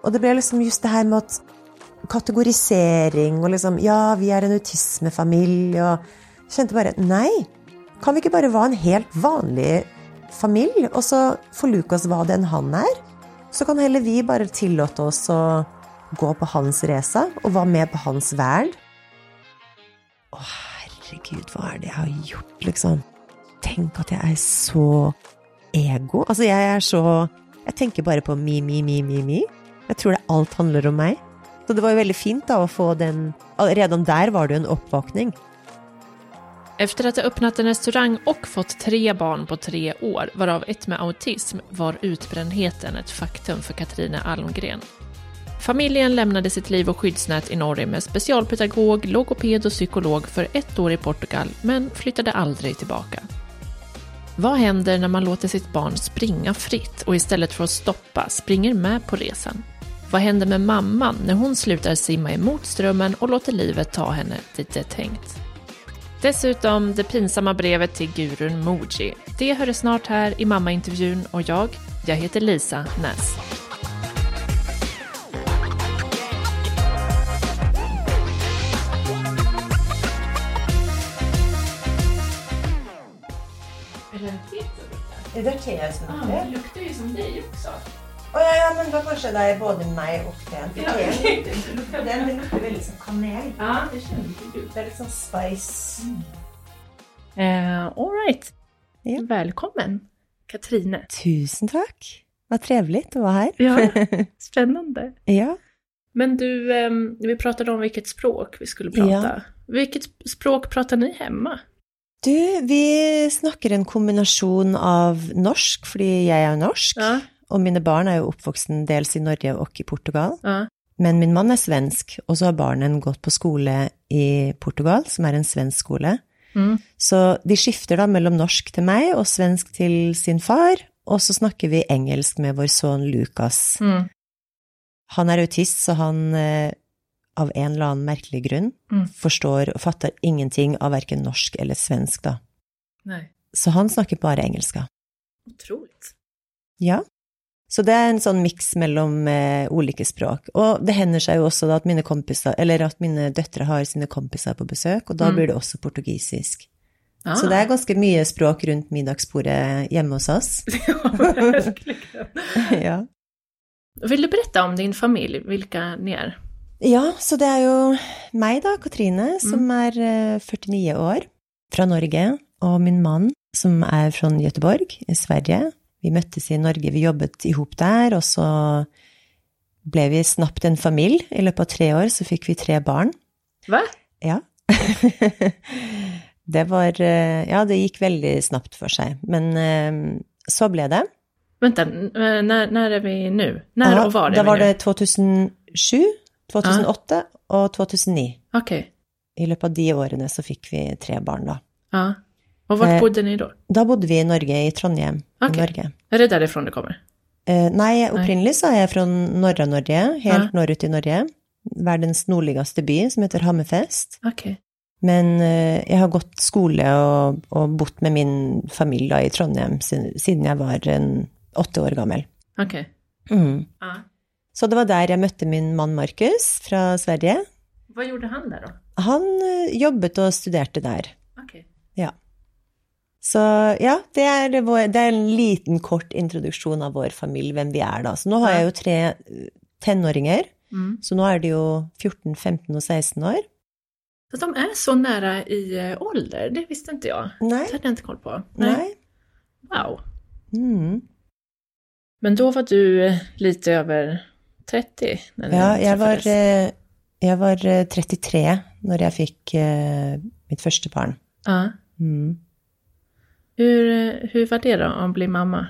Och det blev liksom just det här med att kategorisering och liksom, ja, vi är en autismefamilj och jag kände bara, nej, kan vi inte bara vara en helt vanlig familj och så får Lukas vara den han är, så kan heller vi bara tillåta oss att gå på hans resa och vara med på hans värld. Åh, herregud, vad är det jag har gjort liksom? Tänk att jag är så ego. Alltså jag tänker bara på me. Jag tror det allt handlar om mig. Så det var ju väldigt fint då att få den, redan där var det en uppvakning. Efter att ha öppnat en restaurang och fått 3 barn på 3 år, varav ett med autism, var utbrändheten ett faktum för Katrine Almgren. Familjen lämnade sitt liv och skyddsnät i Norge med specialpedagog, logoped och psykolog för 1 år i Portugal, men flyttade aldrig tillbaka. Vad händer när man låter sitt barn springa fritt och istället för att stoppa springer med på resan? Vad händer med mamman när hon slutar simma emot strömmen och låter livet ta henne dit det är tänkt? Dessutom det pinsamma brevet till Gurun Moji. Det hör snart här i mammaintervjun och jag heter Lisa Näs. Är det te som är det? Det luktar ju som dig också. Ja, men då kanske det är både mig och te. Ja, den luktar väldigt som kanel. Ja, det känner jag. Det är liksom spice. All right. Ja. Välkommen, Katrine. Tusen tack. Vad trevligt att vara här. Ja, spännande. Ja. Men du, vi pratade om vilket språk vi skulle prata. Ja. Vilket språk pratar ni hemma? Du, vi snackar en kombination av norsk, för jag är norsk. Ja. Och mina barn är ju uppvuxna dels i Norge och i Portugal. Ja. Men min man är svensk, och så har barnen gått på skola i Portugal, som är en svensk skola. Mm. Så de skifter då mellan norsk till mig och svensk till sin far, och så snackar vi engelsk med vår son Lukas. Mm. Han är autist, så han av en eller annan märklig grund förstår och fattar ingenting av varken norsk eller svensk då. Nej. Så han snackar bara engelska. Otroligt. Ja. Så det är en sån mix mellan olika språk. Och det händer sig ju också då att mina kompisar, eller att mina döttrar har sina kompisar på besök, och då blir det också portugisisk. Ah. Så det är ganska mycket språk runt middagsbordet hemma hos oss. Ja, verkligen. Ja. Vill du berätta om din familj, vilka ni är? Ja, så det är ju mig då, Katrine, som är 49 år, från Norge, och min man som är från Göteborg i Sverige. Vi möttes i Norge, vi jobbade ihop där, och så blev vi snabbt en familj. I löpet av 3 år så fick vi 3 barn. Va? Ja. Det gick väldigt snabbt för sig, men så blev det. Vänta, när är vi nu? När och var är vi nu? Då var det 2007, 2008 och 2009. Okej. I löpet av de åren så fick vi 3 barn då. Ja. Och vart bodde ni då? Då bodde vi i Norge, i Trondheim. Okay. I Norge. Är det därifrån det kommer? Nej, upprinnelig så är jag från norra Norge, helt norrut i Norge. Världens nordligaste by som heter Hammerfest. Okay. Men jag har gått skola och bott med min familj då, i Trondheim sedan jag var 8 år gammal. Okej. Okay. Så det var där jag mötte min man Marcus från Sverige. Vad gjorde han där då? Han jobbade och studerade där. Okej. Ja. Så ja, det är en liten kort introduktion av vår familj, vem vi är då. Så nu har jag ju 3 tenåringar. Så nu är det ju 14, 15 och 16 år. Så de är så nära i ålder, det visste inte jag. Nej. Det hade jag inte koll på. Nej. Wow. Mm. Men då var du lite över 30? Ja, jag var 33 när jag fick mitt första barn. Ja. Mm. Hur var det då att bli mamma?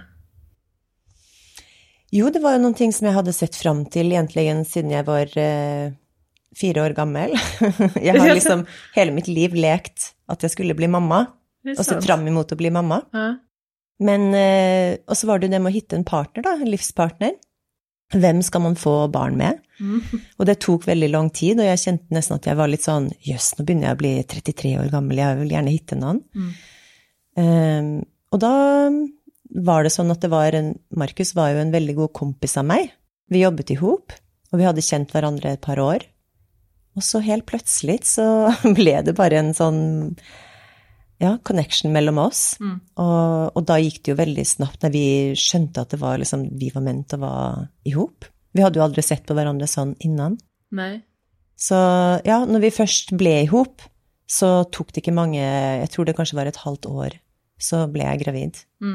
Jo, det var ju någonting som jag hade sett fram till egentligen sedan jag var 4 år gammal. Jag har liksom hela mitt liv lekt att jag skulle bli mamma. Och sett fram emot att bli mamma. Ja. Men, och så var det med att hitta en partner då, en livspartner. Vem ska man få barn med? Och det tog väldigt lång tid, och jag kände nästan att jag var lite sån, just nu börjar jag bli 33 år gammal, jag vill gärna hitta någon. Och då var det sån att Marcus var ju en väldigt god kompis av mig. Vi jobbade ihop, Og vi hadde kjent hverandre et par år. Og så helt plötsligt så ble det bare en sånn, ja, connection mellom oss. Og da gikk det jo veldig snabbt når vi skjønte at det var liksom, vi var ment å være ihop. Vi hadde jo aldri sett på hverandre sånn innan. Nej. Så ja, når vi først ble ihop, så tok det ikke mange, jeg tror det kanskje var et halvt år, så ble jeg gravid.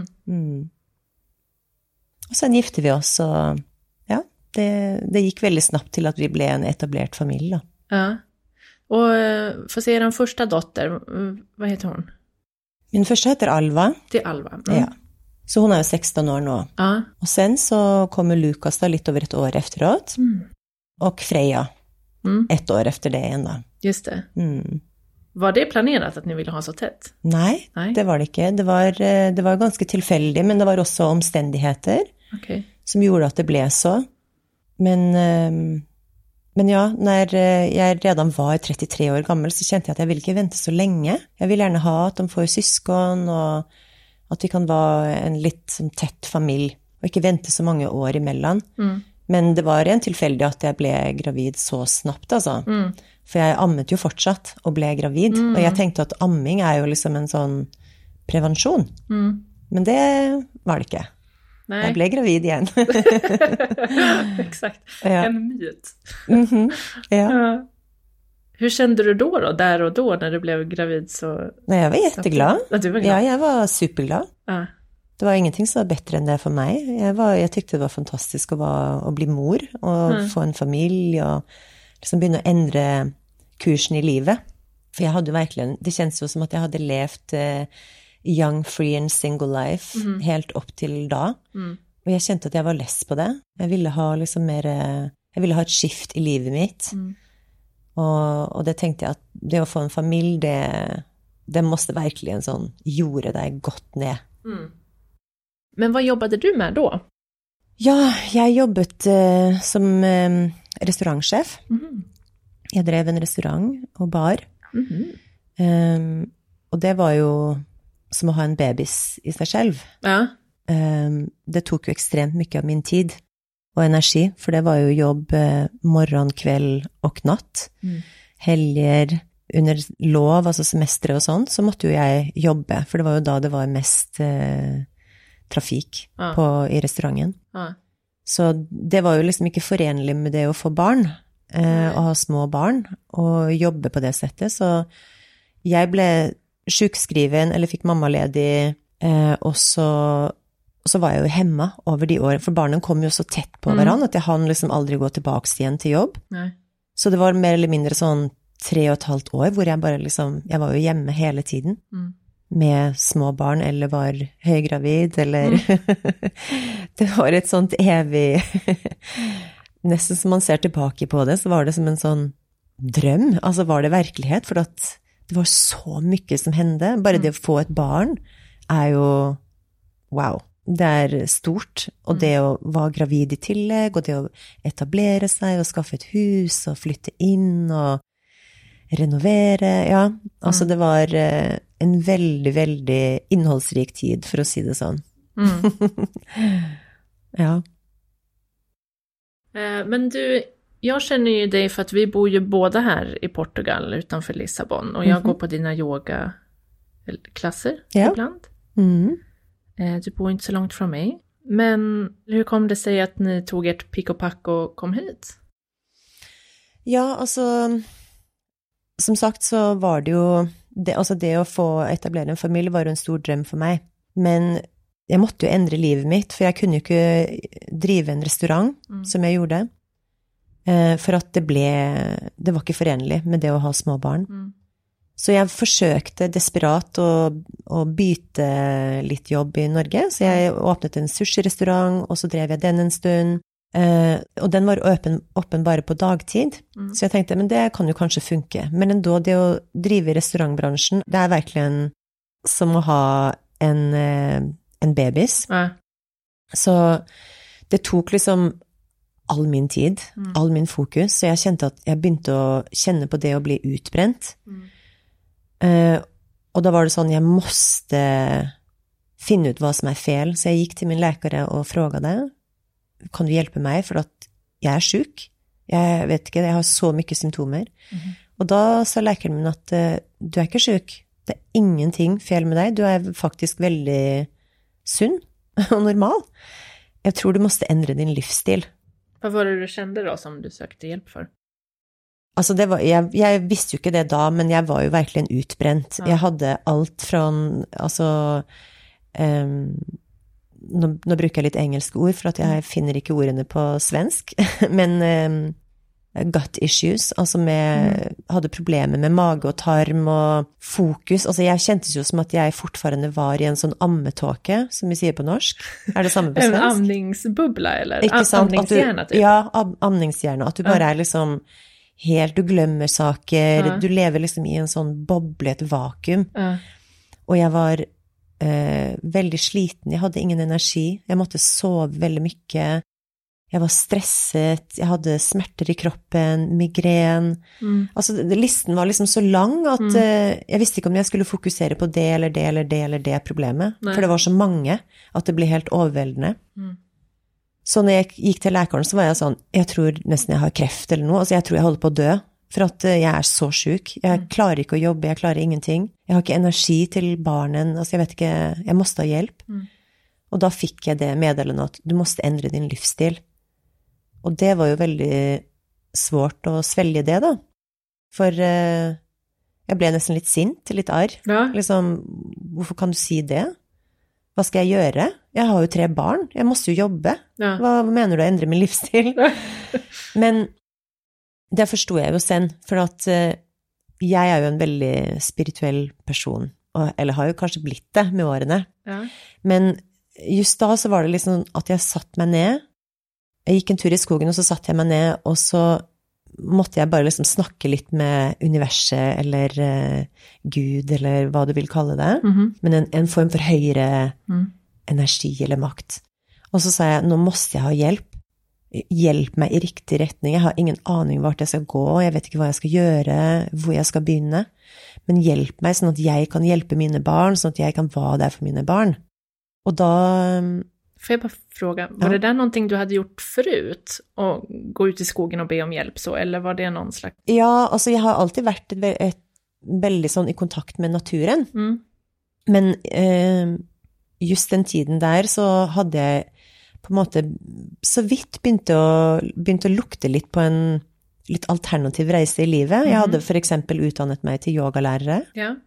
Og sen gifte vi oss, og ja, det gikk veldig snabbt til at vi ble en etablert familie. Ja. Och får se er första dotter, vad heter hon? Min første heter Alva. Det är Alva. Ja. Så hon är jo 16 år nå. Ja. Og sen så kommer Lukas da litt over et år efteråt, og Freja ett år efter det igjen da. Just det. Var det planerat att ni ville ha så tätt? Nei, det var det ikke. Det var ganske tilfeldig, men det var også omstendigheter som gjorde at det ble så. Men ja, når jeg redan var 33 år gammel, så kjente jeg at jeg ville ikke vente så lenge. Jeg vil gjerne ha at de får syskon, og at vi kan være en litt sånn tett familie, og ikke vente så mange år imellom. Men det var en tilfeldig at jeg ble gravid så snabbt, altså. For jeg ammet jo fortsatt og ble gravid, og jeg tenkte at amming er jo liksom en sånn prevensjon. Men det var det ikke. Nej. Jag blev gravid igen. Exakt, en myt. Ja. Hur kände du då, där och då, när du blev gravid så? Nej, jag var jätteglad. Du var glad? Ja, jag var superglad. Det var ingenting som var bättre än det för mig. Jag tyckte det var fantastiskt att bli mor och få en familj och liksom börja ändra kursen i livet. För jag hade verkligen, det känns så som att jag hade levt young, free and single life helt upp till då. Och jag kände att jag var less på det. Jag ville ha liksom mer, jag ville ha ett skift i livet mitt. Och det tänkte jag att det att få en familj, det måste verkligen sån gjorde dig gott ner. Men vad jobbade du med då? Ja, jag jobbade som restaurangchef. Jag drev en restaurang och bar. Och det var ju som att ha en bebis i sig själv. Ja. Det tog ju extremt mycket av min tid och energi, för det var ju jobb morgon, kväll och natt. Helger, under lov, alltså semester och sånt, så måste ju jag jobba, för det var ju då det var mest trafik i restaurangen. Så det var ju liksom inte förenligt med det att få barn, och ha små barn och jobba på det sättet. Så jag blev sjukskriven eller fick mammaledig, och så var jag ju hemma över de åren, för barnen kom ju så tätt på varandra att jag hann liksom aldrig gå tillbaks igen till jobb. Så det var mer eller mindre sån 3,5 år hvor jag bara liksom, jag var ju hemma hela tiden med små barn eller var höggravid eller det var ett sånt evigt nästan som man ser tillbaka på det, så var det som en sån dröm, alltså var det verklighet, för att det var så mycket som hände. Bara det att få ett barn är ju wow. Det är stort, och det att vara gravid i tillägg, och det att etablera sig och skaffa ett hus och flytta in och renovera, ja. Alltså det var en väldigt, väldigt innehållsrik tid, för att säga det så. Ja. Men du, jag känner ju dig för att vi bor ju båda här i Portugal utanför Lissabon, och jag går på dina yogaklasser ibland. Du bor inte så långt från mig. Men hur kom det sig att ni tog ert pick och pack och kom hit? Ja, alltså som sagt så var det ju det att få etablera en familj var en stor dröm för mig. Men jag måste ju ändra livet mitt, för jag kunde ju inte driva en restaurang som jag gjorde. För att det var inte förenligt med det att ha små barn. Så jag försökte desperat att byta lite jobb i Norge. Så jag öppnade en sushi-restaurang, och så drev jag den en stund. Och den var öppen bara på dagtid. Så jag tänkte, men det kan ju kanske funka. Men ändå, det att driva i restaurangbranschen, det är verkligen som att ha en bebis. Så det tog liksom all min tid, all min fokus. Så jag kände att jag började att känna på det att bli utbränt. Och då var det sån, jag måste finna ut vad som är fel. Så jag gick till min läkare och frågade, kan du hjälpa mig, för att jag är sjuk. Jeg vet ikke, jeg har så mye symptomer. Og da sa lækeren min at du ikke syk. Det ingenting fel med deg. Du faktisk veldig sunn og normal. Jeg tror du måste ändra din livsstil. Vad var det du kände då som du sökte hjälp för? Alltså jag visste ju inte det då, men jag var ju verkligen utbränt. Jag hade allt från, alltså, nu brukar jag lite engelska ord för att jag finner inte orden på svensk, men gut issues, alltså hade problem med mage och tarm och fokus. Alltså jag kändes ju som att jag fortfarande var i en sån ammetåke, som vi säger på norsk. Är det samma på svensk? En amningsbubbla eller amningshjärna typ? Ja, amningshjärna. Att du bara är liksom helt, du glömmer saker, du lever liksom i en sån boble, ett vakuum. Och jag var väldigt sliten, jag hade ingen energi, jag måste sova väldigt mycket. Jag var stressad, jag hade smärtor i kroppen, migrän. Alltså listan var liksom så lång att jag visste inte om jag skulle fokusera på det eller det eller det eller det problemet. Nej. För det var så många att det blev helt överväldigande. Så när jag gick till läkaren så var jag sån, jag tror nästan jag har kräft eller något. Alltså jag tror jag håller på att dö. För att jag är så sjuk. Jag klarar inte att jobba, jag klarar ingenting. Jag har inte energi till barnen. Alltså jag vet inte, jag måste ha hjälp. Och då fick jag det meddelandet att du måste ändra din livsstil. Och det var ju väldigt svårt att svälja det då. För jag blev nästan lite sint, lite arg. Ja. Liksom, varför kan du säga det? Vad ska jag göra? Jag har ju 3 barn. Jag måste ju jobba. Ja. Vad menar du att ändra min livsstil? Ja. Men det förstod jag ju sen. För att jag är ju en väldigt spirituell person. Eller har ju kanske blivit det med åren. Ja. Men just då så var det liksom att jag satt mig ner. Jag gick en tur i skogen och så satt jag mig ner och så måste jag bara liksom snacka lite med universet eller Gud eller vad du vill kalla det. Men en form för högre energi eller makt. Och så sa jag, nu måste jag ha hjälp. Hjälp mig i riktig riktning. Jag har ingen aning vart jag ska gå. Jag vet inte vad jag ska göra, var jag ska börja. Men hjälp mig så att jag kan hjälpa mina barn, så att jag kan vara där för mina barn. Och då... Får jag bara fråga, var det där någonting du hade gjort förut? Och gå ut i skogen och be om hjälp så? Eller var det någon slags... Ja, alltså jag har alltid varit väldigt sån i kontakt med naturen. Men just den tiden där så hade jag på en måte så vitt begynt att lukta lite på en lite alternativ resa i livet. Jag hade för exempel utdannet mig till yogalärare. Ja.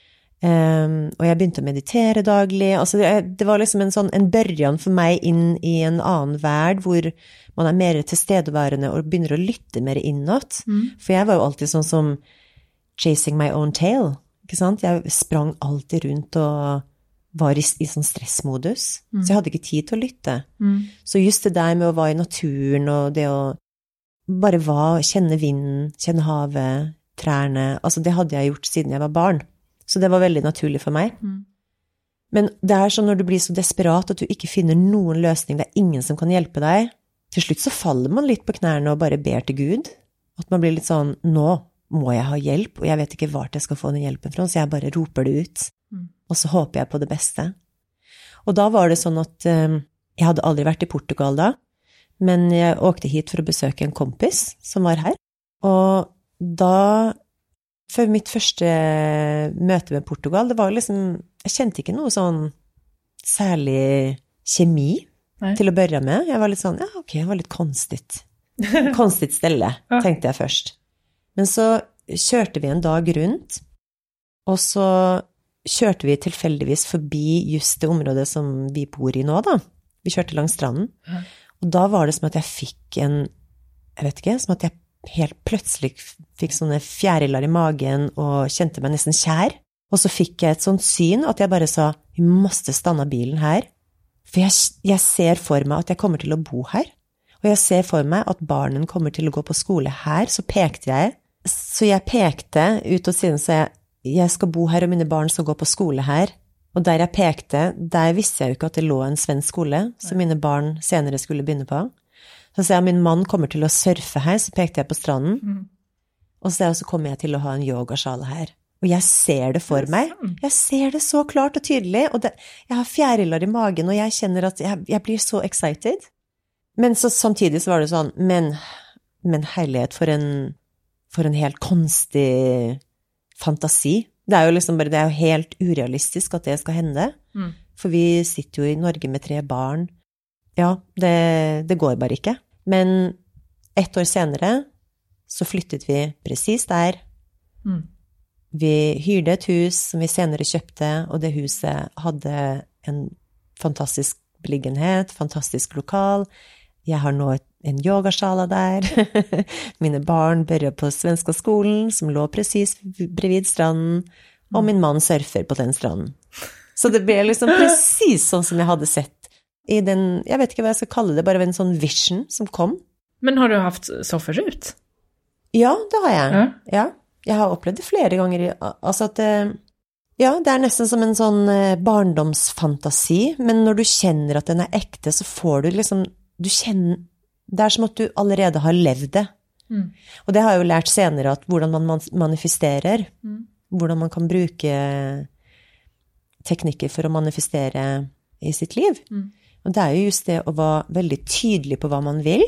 Och jag började meditera dagligen. Alltså det var liksom en början för mig in i en annan värld där man är mer tillstedevärande och börjar att lyssna mer inåt. För jag var ju alltid sån som chasing my own tail, inte sant? Jag sprang alltid runt och var i sån stressmodus. Så jag hade inte tid att lyssna. Så just det där med att vara i naturen och det att bara känna vinden, känna havet, träna, alltså det hade jag gjort sedan jag var barn. Så det var väldigt naturligt för mig. Men det är så när du blir så desperat att du inte finner någon lösning, det är ingen som kan hjälpa dig. Till slut så faller man lite på knäna och bara ber till Gud. Att man blir lite sån, nå må jag ha hjälp och jag vet inte vart jag ska få den hjälpen från, så jag bara ropar det ut. Och så hoppas jag på det bästa. Och då var det sån att jag hade aldrig varit i Portugal då. Men jag åkte hit för att besöka en kompis som var här. Och då... För mitt första möte med Portugal, det var liksom, jag kände inte någon sån särlig kemi till att börja med. Jag var lite sån, det var lite konstigt ställe, tänkte jag först. Men så körde vi en dag runt och så körde vi tillfälligtvis förbi just det område som vi bor i nu då. Vi körde längs stranden. Och då var det som att jag fick jag vet inte, som att jag helt plötsligt fick såna fjärilar i magen och kände mig nästan kär. Och så fick jag ett sånt syn att jag bara sa, vi måste stanna bilen här. För jag ser för mig att jag kommer till att bo här. Och jag ser för mig att barnen kommer till att gå på skola här. Så jag pekte ut och sen sa jag ska bo här och mina barn ska gå på skola här. Och där jag pekte, där visste jag ju inte att det låg en svensk skola som mina barn senare skulle börja på. Så sa jag, min man kommer till att surfa här, så pekte jag på stranden. Och så kommer jag till att ha en yogasal här. Och jag ser det för mig. Jag ser det så klart och tydligt. Och jag har fjärilar i magen och jag känner att jag blir så excited. Men så samtidigt så var det sån, men Men herlighet, for en helt konstig fantasi. Det er jo liksom bare, det er jo helt urealistisk at det skal hende. For vi sitter jo i Norge med 3 barn. Ja, det går bare ikke. Men 1 år senere så flyttet vi precis der. Vi hyrde et hus som vi senere kjøpte, og det huset hadde en fantastisk beliggenhet, fantastisk lokal. Jeg har nå en yogasala der. Mine barn börjar på svenska skolen, som lå precis bredvid stranden, og min mann surfer på den stranden. Så det ble liksom precis sånn som jeg hadde sett i den, jeg vet ikke hva jeg skal kalle det, bare en sånn vision som kom. Men har du haft så förut? Ja, det har jeg. Ja. Jeg har opplevd det flere ganger, altså at ja, det er nesten som en sånn barndomsfantasi, men når du kjenner at den er ekte, så får du liksom, du kjenner, det er som at du allerede har levd det. Og det har jeg jo lært senere, at hvordan man manifesterer, hvordan man kan bruke teknikker for å manifestere i sitt liv. Og det er jo just det å være veldig tydelig på hva man vil,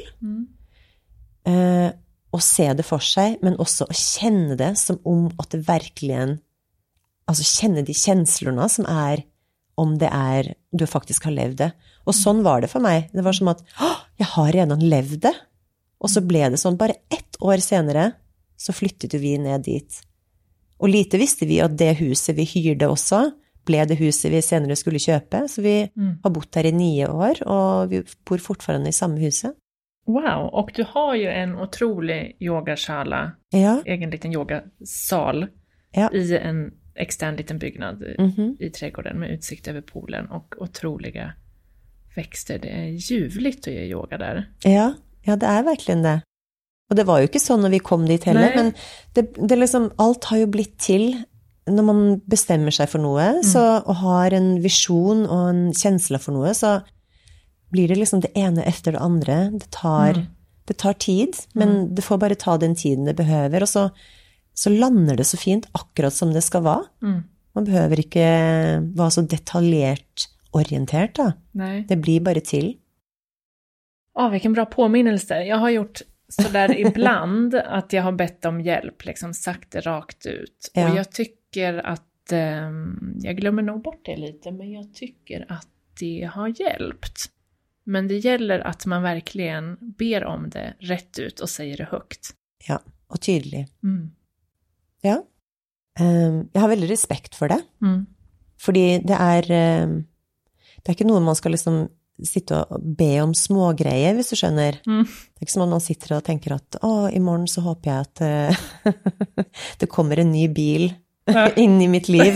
og se det for seg, men også å kjenne det som om at det virkelig, altså kjenne de känslorna som er, om det er, du faktisk har levd det. Og sånn var det for meg. Det var som at, jeg har redan levd det. Og så ble det sånn, bare 1 år senere, så flyttet vi ned dit. Og lite visste vi at det huset vi hyrde også, ble det huset vi senere skulle kjøpe. Så vi har bott her i 9 år, og vi bor fortfarande i samme huset. Wow, och du har ju en otrolig yogashala, egen liten yogasal i en extern liten byggnad i trädgården med utsikt över poolen och otroliga växter. Det är ljuvligt att göra yoga där. Ja, det är verkligen det. Och det var ju inte så när vi kom dit heller, men det liksom, allt har ju blivit till när man bestämmer sig för något så, och har en vision och en känsla för något, så blir det liksom det ena efter det andra. Det tar tid, men det får bara ta den tiden det behöver, och så lander det så fint akkurat som det ska vara. Man behöver inte vara så detaljerat orienterat då. Nej. Det blir bara till. Vilken bra påminnelse. Jag har gjort så där ibland att jag har bett om hjälp, liksom sagt det rakt ut. Och jag tycker att jag glömmer nog bort det lite, men jag tycker att det har hjälpt. Men det gäller att man verkligen ber om det rätt ut och säger det högt. Ja, och tydligt. Ja. Jag har väldigt respekt för det. Fordi det är inte något man ska liksom sitta och be om små grejer, hvis du skjønner. Det är inte som att man sitter och tänker att imorgon så hoppas jag att det kommer en ny bil in i mitt liv.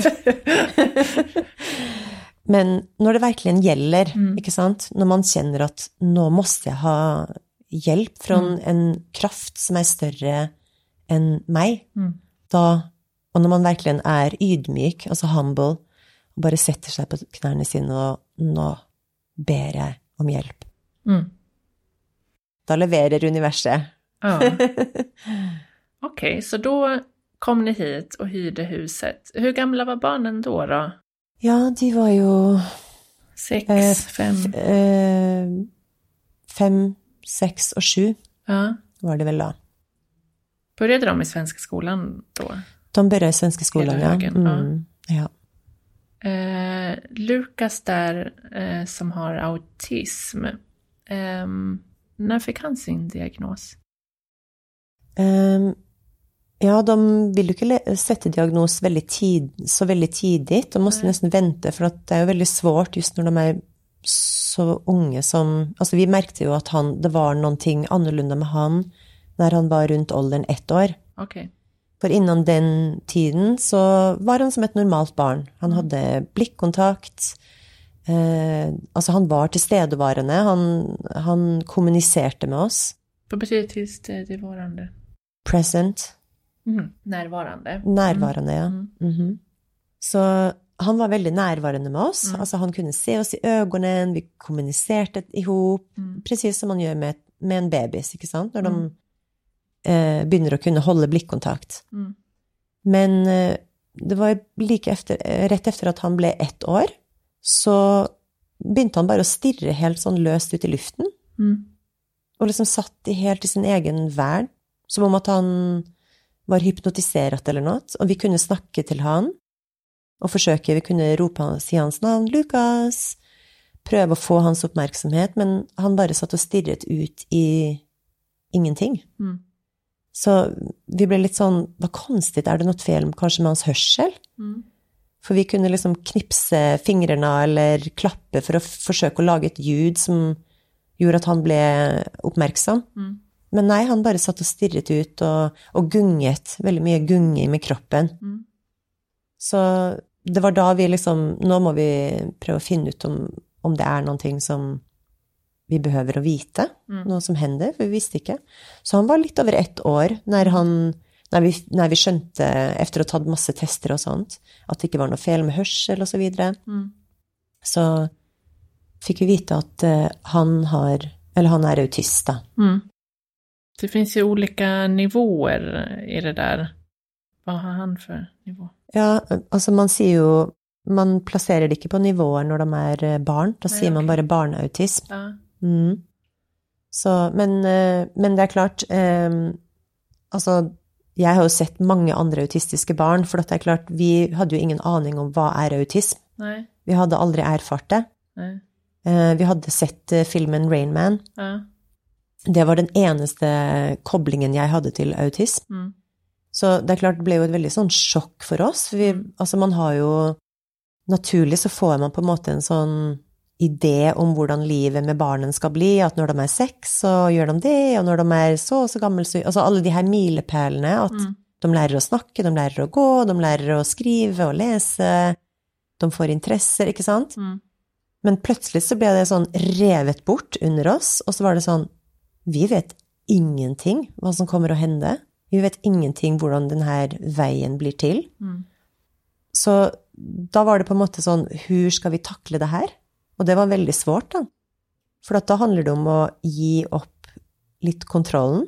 Men när det verkligen gäller, ikke sant? När man känner att nu måste jag ha hjälp från en kraft som är större än mig. Då, och när man verkligen är ydmyk, alltså humble, och bara sätter sig på knäna sina och nu ber jag om hjälp. Då levererar universet. Okej, så då kom ni hit och hyrde huset. Hur gamla var barnen då? Ja, de var ju 5, 6 och 7 var det väl då. Började de i svenska skolan då? De började i svenska skolan, ja. Lukas där som har autism, när fick han sin diagnos? Ja, de vill ju inte sätta diagnos så väldigt tidigt. De måste nästan vänta, för att det är väldigt svårt just när de är så unga som, alltså vi märkte ju att det var någonting annorlunda med han när han var runt åldern 1 år. Okay. För innan den tiden så var han som ett normalt barn. Han hade blickkontakt. Alltså han var tillstedevarande. Han kommunicerade med oss. Vad betyder tillstedevarande? Present. Närvarande. Närvarande, ja. Så han var väldigt närvarande med oss. Alltså han kunde se oss i ögonen. Vi kommunicerade ihop. Precis som man gör med en bebis, ikke sant? När de börjar att kunna hålla blickkontakt. Men det var rätt efter att han blev 1 år, så började han bara att stirra helt sån löst ut i luften. og liksom satt helt i sin egen verd, som om at han var hypnotisert eller noe, og vi kunne snakke til han, og forsøke, vi kunne rope si hans navn, Lukas, prøve å få hans oppmerksomhet, men han bare satt og stirret ut i ingenting. Så vi ble litt sånn, hva konstigt, det noe fel kanskje med hans hørsel? For vi kunne liksom knipse fingrene eller klappe for å forsøke å lage et ljud som gjorde at han ble oppmerksom. Men nei, han bare satt og stirret ut og gunget, veldig mye gunging med kroppen. Så det var da vi liksom, nå må vi prøve å finne ut om det noen ting som vi behøver å vite, noe som hender, for vi visste ikke. Så han var litt over 1 år når vi skjønte, efter å ha tatt masse tester og sånt, at det ikke var noe fel med hørsel og så videre. Så fick vi veta att han är autist. Det finns ju olika nivåer i det där. Vad har han för nivå? Ja, alltså man ser ju, man placerar det inte på nivåer när de är barn. Då säger man bara barnautism. Ja. Så, men det är klart, alltså jag har ju sett många andra autistiska barn, för att det är klart, vi hade ju ingen aning om vad är autism. Nej. Vi hade aldrig erfart det. Nej. Vi hade sett filmen Rain Man. Ja. Det var den eneste koblingen jeg hadde til autism. Så det er klart, det ble jo et veldig sånn sjokk for oss. For vi, altså man har jo, naturlig så får man på en måte en sånn idé om hvordan livet med barnen skal bli, at når de er 6 så gjør de det, og når de er så gammel, så, altså alle de her milepælene, at de lærer å snakke, de lærer å gå, de lærer å skrive og lese, de får interesser, ikke sant? Men plötsligt så ble det sånn revet bort under oss, og så var det sånn, vi vet ingenting hva som kommer å hende. Vi vet ingenting hvordan den her veien blir til. Så da var det på en måte sånn, hur skal vi takle det her? Og det var veldig svårt da. For da handler det om å gi opp litt kontrollen,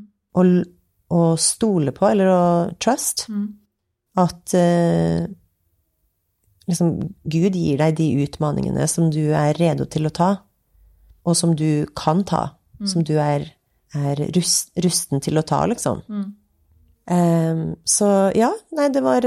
og stole på, eller å trust, at liksom, Gud gir deg de utmaningene som du er redo til å ta, og som du kan ta, som du er rusten til å ta, liksom. Så ja, nei, det var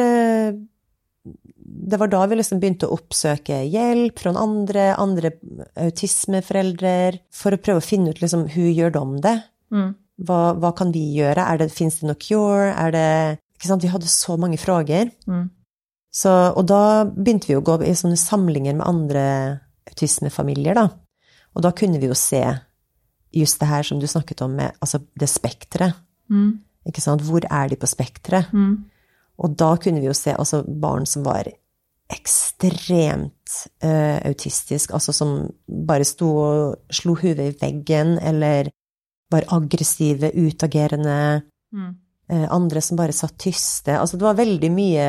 da vi liksom begynte å oppsøke hjelp fra andre autismeforeldre, for å prøve å finne ut liksom, hur gjør de det? Hva kan vi gjøre? Finns det noe cure? Ikke sant? Vi hadde så mange frågor. Så, og da begynte vi å gå i sånne samlinger med andre autismefamilier da. Og da kunne vi jo se just det her som du snakket om med, altså det spektret. Ikke sant? Hvor de på spektret? Og da kunne vi jo se altså barn som var ekstremt autistisk, altså som bare stod og slo hodet i veggen, eller var aggressive, utagerende, andre som bare satt tyste. Altså det var veldig mye,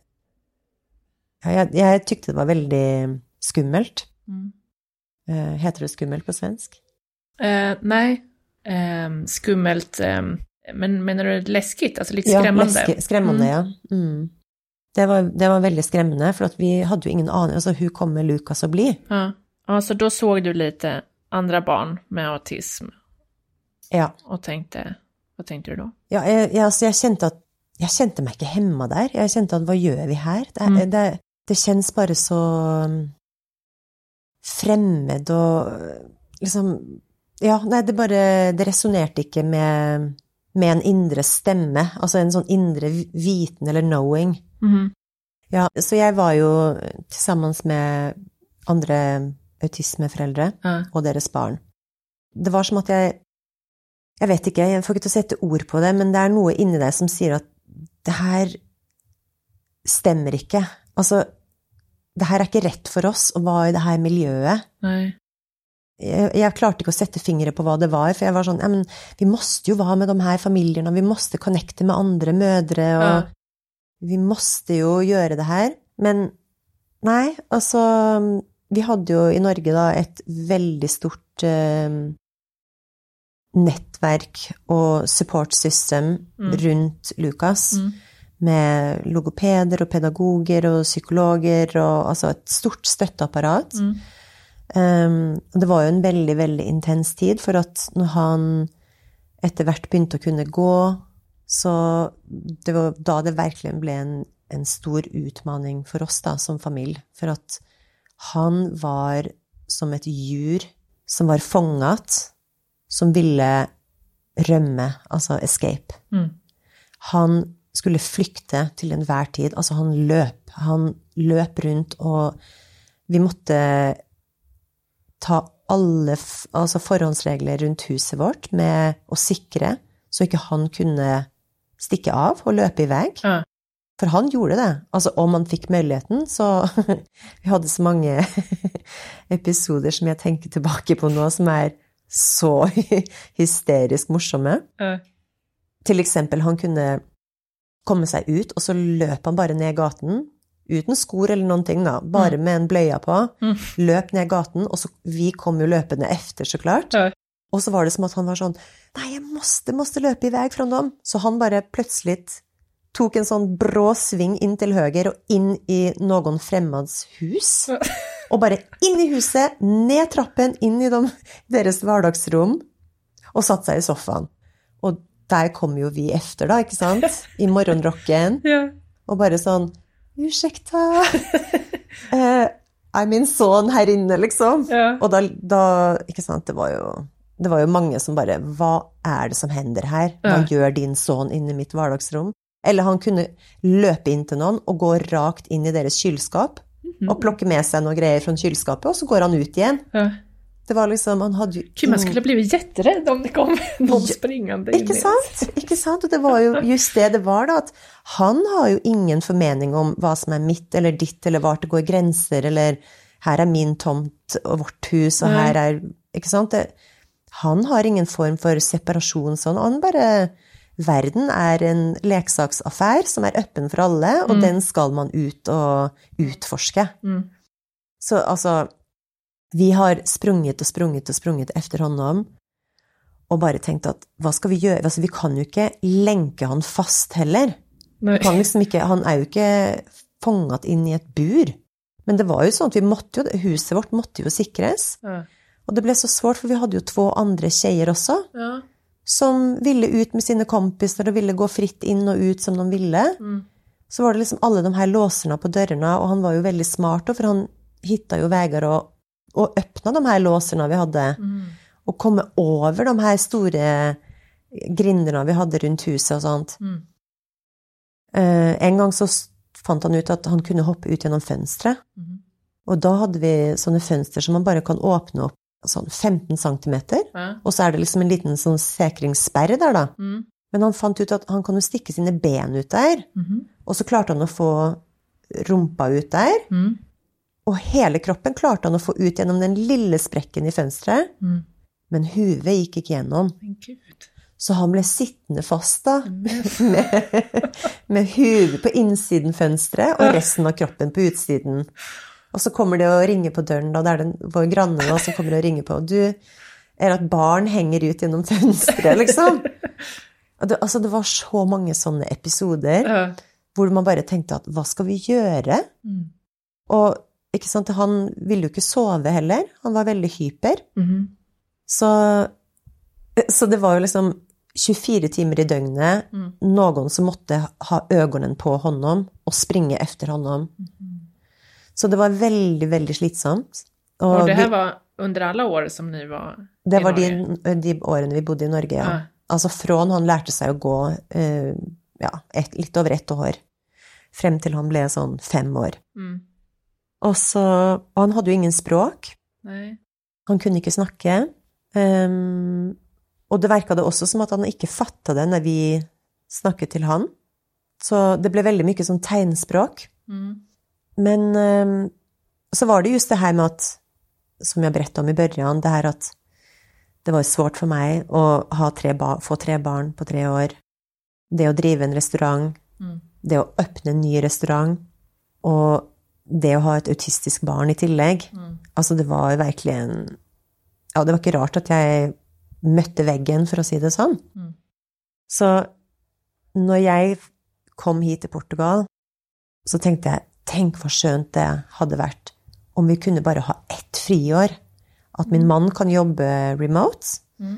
jeg tykte det var veldig skummelt. Heter det skummelt på svensk? Nej, skummelt, men menar du läskigt, alltså lite skrämmande? Ja, skrämmande, ja. Det var väldigt skrämmande, för att vi hade ju ingen aning, alltså hur kommer Lukas att bli? Ja, så då såg du lite andra barn med autism. Ja. Och vad tänkte du då? Ja, alltså jag kände mig inte hemma där. Jag kände att vad gör vi här? Det känns bara så främmande och liksom, ja, nej, det resonerade inte med en inre stämme, alltså en sån inre viten eller knowing. Ja, så jag var ju tillsammans med andra autismeföräldrar och deras barn. Det var som att jag vet inte, jag får inte sätta ord på det, men det är något inne där som säger att det här stämmer inte. Alltså, det här är inte rätt för oss att vara i det här miljöet. Nej. Jag klarte inte att sätta fingret på vad det var, för jag var sån, ja, men vi måste ju vara med de här familjerna, vi måste connecta med andra mödrar och vi måste ju göra det här. Men nej, alltså vi hade ju i Norge då ett väldigt stort nätverk och support system runt Lukas med logopeder och pedagoger och psykologer och alltså ett stort stöttapparat. Det var jo en veldig, veldig intens tid, for at når han etter hvert begynte å kunne gå, så det var da det virkelig ble en stor utmaning for oss da, som familie, for at han var som et djur som var fånget, som ville rømme, altså escape. Han skulle flykte til enhver tid, altså han løp rundt, og vi måtte ta alle forhåndsregler rundt huset vårt med å sikre, så ikke han kunne stikke av og løpe i vei. For han gjorde det. Altså, om han fikk muligheten, så vi hadde så mange episoder som jeg tenker tilbake på nå, som så hysterisk morsomme. Til eksempel, han kunne komme seg ut, og så løp han bare ned gaten, uten skor eller noen ting da, bare med en bløya på, løp ned gaten, og så vi kom jo løpende efter, så klart. Og så var det som at han var sånn, nei, jeg måste løpe i vei fra dem. Så han bare plutselig tok en sånn brå sving inn til høyre, og inn i noen fremmeds hus, og bare inn i huset, ned trappen, inn i deres hverdagsrom, og satt seg i sofaen. Og der kom jo vi efter da, ikke sant? I morgenrocken, og bare sånn, ursäkta, min son her inne, liksom. Og da, ikke sant, det var jo mange som bare, hva det som hender her? Hva gjør din son inne i mitt hverdagsrom? Eller han kunne løpe inn til noen og gå rakt inn i deres kylskap og plukke med seg noen greier fra kylskapet, og så går han ut igjen. Det var liksom, han hadde jo... Man skulle blivit jätterädd om det kom någon springande in. Ikke sant? Og det var jo just det var da, at han har jo ingen formening om hva som mitt eller ditt, eller hvor det går grenser, eller her min tomt og vårt hus, og her ikke sant? Han har ingen form for separasjon, sånn. Han bare... Verden en leksaksaffær som øppen for alle, og den skal man ut og utforske. Så altså... Vi har sprunget efter honom, og bare tenkt at, hva skal vi gjøre? Altså, vi kan jo ikke lenke han fast heller. Vi kan liksom ikke, han jo ikke fånget inn i et bur. Men det var jo sånn at huset vårt måtte jo sikres. Og det ble så svårt, for vi hadde jo 2 andre tjejer også, som ville ut med sine kompiser, og ville gå fritt inn og ut som de ville. Så var det liksom alle de her låserne på dørene, og han var jo veldig smart, for han hittet jo vägar og öppna de her låserne vi hadde, og komme over de her store grinderna vi hadde rundt huset og sånt. En gang så fant han ut at han kunne hoppe ut gjennom fønstre, og da hadde vi sånne fønstre som man bare kan åpne opp sånn 15 centimeter, og så det liksom en liten sånn sikringssperre der da. Men han fant ut at han kan jo stikke sine ben ut der, og så klarte han å få rumpa ut der, og hele kroppen klarte han å få ut gjennom den lille sprekken i fønstret, men huvudet gikk ikke gjennom. Så han ble sittende fast da, med huvudet på innsiden fønstret, og resten av kroppen på utsiden. Og så kommer det å ringe på døren, da, det vår granne da, som kommer og ringer på, og at barn henger ut gjennom fønstret, liksom. Altså, det var så mange sånne episoder, hvor man bare tenkte at, hva skal vi gjøre? Og ikke sant, han ville jo ikke sove heller, han var veldig hyper. Så det var jo liksom 24 timer i døgnet, noen som måtte ha øgonen på honom og springe efter honom. Så det var veldig, veldig slitsomt. Og det her var under alle år som ni var i Norge? Det var de årene vi bodde i Norge, ja. Altså fra han lærte seg å gå litt over 1 år, frem til han ble sånn 5 år. Og han hadde jo ingen språk. Nei. Han kunne ikke snakke. Og det virket det også som at han ikke fattet det når vi snakket til han. Så det ble veldig mye sånn tegnspråk. Men så var det just det her med at, som jeg berettet om i børjan, det her at det var svårt for meg å få 3 barn på 3 år. Det å drive en restaurant, det å åpne en ny restaurant, og det å ha et autistisk barn i tillegg. Altså det var virkelig det var ikke rart at jeg møtte veggen, for å si det sånn. Så når jeg kom hit til Portugal, så tenkte jeg, tenk hvor skjønt det hadde vært om vi kunne bare ha ett friår. At min mann kan jobbe remote.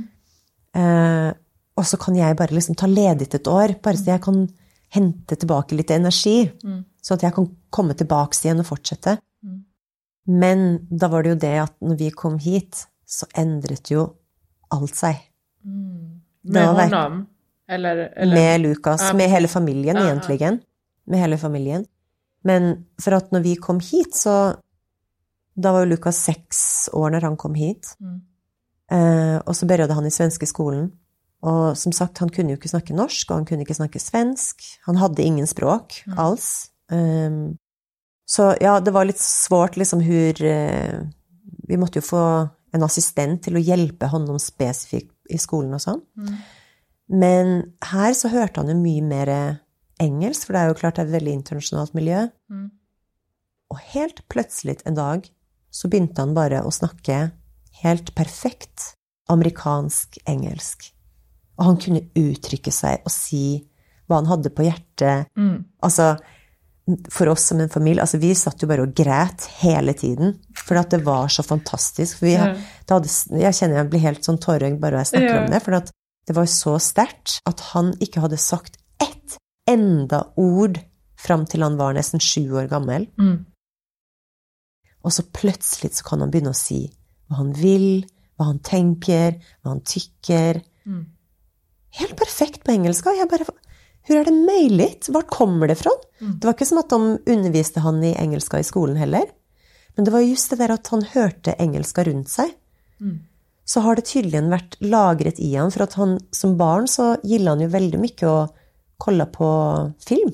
Og så kan jeg bare liksom ta ledigt et år, bare så jeg kan hente tilbake litt energi, så at jeg kan komme tilbake igjen og fortsette. Men da var det jo det at når vi kom hit, så endret jo alt seg. Med honom? Eller? Med Lukas, med hele familien egentligen. Med hele familien. Men for at når vi kom hit, så da var jo Lukas 6 år når han kom hit. Og så begynte han i svenske skolen. Og som sagt, han kunne jo ikke snakke norsk, og han kunne ikke snakke svensk. Han hadde ingen språk alls. Så ja, det var litt svårt liksom vi måtte jo få en assistent til å hjelpe honom spesifikt i skolen og sånn. Men her så hørte han jo mye mer engelsk, for det er jo klart det er et veldig internasjonalt miljø. Og helt plötsligt en dag så begynte han bare å snakke helt perfekt amerikansk engelsk. Og han kunne uttrykke seg og si hva han hadde på hjertet. Altså, for oss som en familie, altså vi satt jo bare og græt hele tiden, for at det var så fantastisk. For jeg kjenner jeg blir helt sånn tårøgd bare når jeg snakker om det, for at det var så sterkt at han ikke hadde sagt ett enda ord fram til han var nesten 7 år gammel. Og så plötsligt så kan han begynne å si hva han vil, hva han tenker, hva han tycker. Helt perfekt på engelska. Jag bara, hur är det möjligt? Vart kommer det från? Det var inte som att de underviste han i engelska i skolan heller. Men det var just det där att han hörte engelska runt sig. Så har det tydligen varit lagret i han, för att han som barn så gillade han ju väldigt mycket att kolla på film.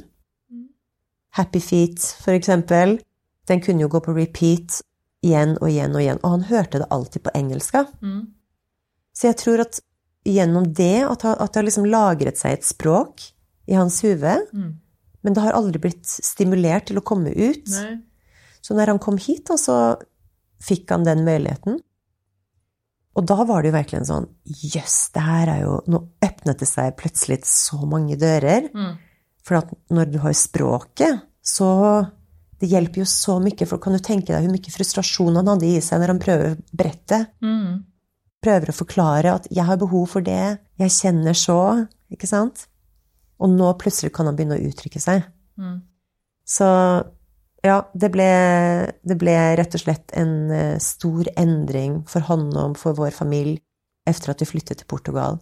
Happy Feet för exempel. Den kunde ju gå på repeat igen och igen och igen. Och han hörte det alltid på engelska. Så jag tror att genom det, att det har liksom lagret sig ett språk i hans huvud. Men det har aldrig blivit stimulerat till att komma ut. Nej. Så när han kom hit då, så fick han den möjligheten. Och då var det ju verkligen sån, just det här är ju, nu öppnade det sig plötsligt så många dörrar. För att när du har språket så det hjälper ju så mycket, för kan du tänka dig hur mycket frustration han hade i sig när han prövar berätta. Prövar att förklara att jag har behov för det, jag känner så, inte sant? Och nu plötsligt kan han börja uttrycka sig. Så ja, det blev rätt och slett en stor ändring för honom, för vår familj, efter att vi flyttade till Portugal.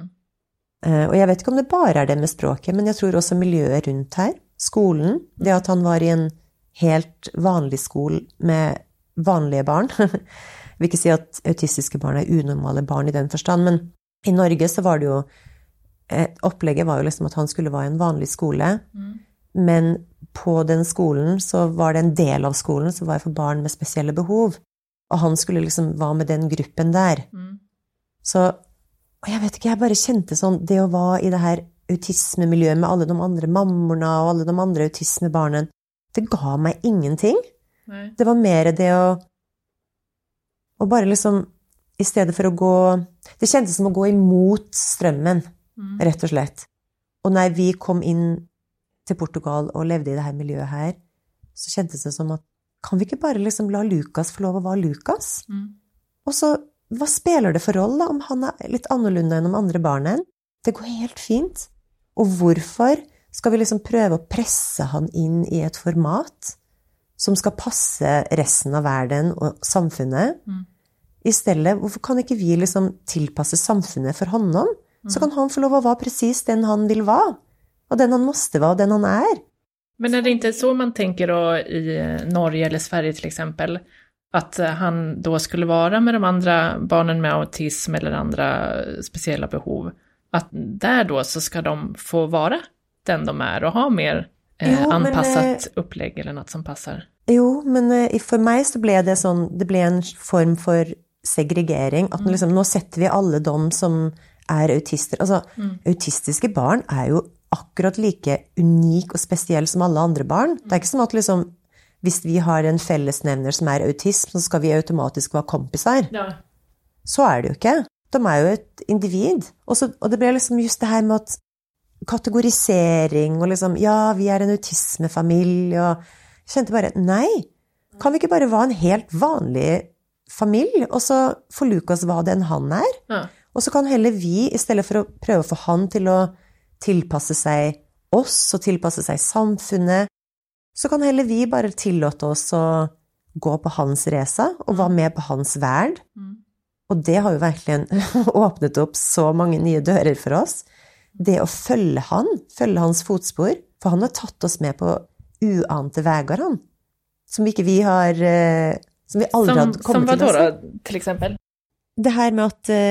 Och jag vet inte om det bara är det med språket, men jag tror också miljöet runt här, skolan, det att han var i en helt vanlig skola med vanliga barn. Vi kan säga att autistiska barn är onormala barn i den förstand, men i Norge så var det ju upplägget var ju liksom att han skulle vara i en vanlig skola. Men på den skolan så var det en del av skolan som var för barn med speciella behov, och han skulle liksom vara med den gruppen där. Så och jag vet inte, jag bara kände sån, det att vara i det här autismemiljön med alla de andra mammorna och alla de andra autismebarnen, det gav mig ingenting. Nej. Det var mer det att och bara liksom istället för att gå, det kändes som att gå emot strömmen, rätt och slett. Och när vi kom in till Portugal och levde i det här miljöet här, så kändes det som att kan vi inte bara liksom la Lukas få lov att vara Lukas? Och så vad spelar det för roll då, om han är lite annorlunda än de andra barnen? Det går helt fint. Och varför ska vi liksom pröva att pressa han in i ett format som ska passa resten av världen och samfunnet? Istället, varför kan inte vi liksom tillpassa samfunnet för honom? Så kan han få lov att vara precis den han vill vara. Och den han måste vara, och den han är. Men är det inte så man tänker då i Norge eller Sverige till exempel? Att han då skulle vara med de andra barnen med autism eller andra speciella behov. Att där då så ska de få vara den de är och ha mer anpassat upplägg eller något som passar. Jo, men för mig så blev det sån, det blev en form för segregering. Att liksom, nu sätter vi alla de som är autister. Alltså, autistiska barn är ju akkurat lika unik och speciell som alla andra barn. Det är inte som att liksom, hvis vi har en fellesnevner som är autism, så ska vi automatiskt vara kompisar. Ja. Så är det ju inte. De är ju ett individ. Och det blir liksom just det här med att kategorisering och liksom, ja, vi är en autismefamilj, och jag kände bara, nej, kan vi ikke bare være en helt vanlig familie, og så får Lukas hva den han Ja. Og så kan heller vi, I stedet for å prøve å få han til å tilpasse seg oss og tilpasse seg samfunnet, så kan heller vi bare tillåte oss å gå på hans resa og være med på hans verd. Og det har jo virkelig åpnet opp så mange nye dører for oss. Det å følge hans fotspor, for han har tatt oss med på uante vägar han, som ikke vi har, som vi aldri hadde kommet til å se. Som vad då, till exempel? Det her med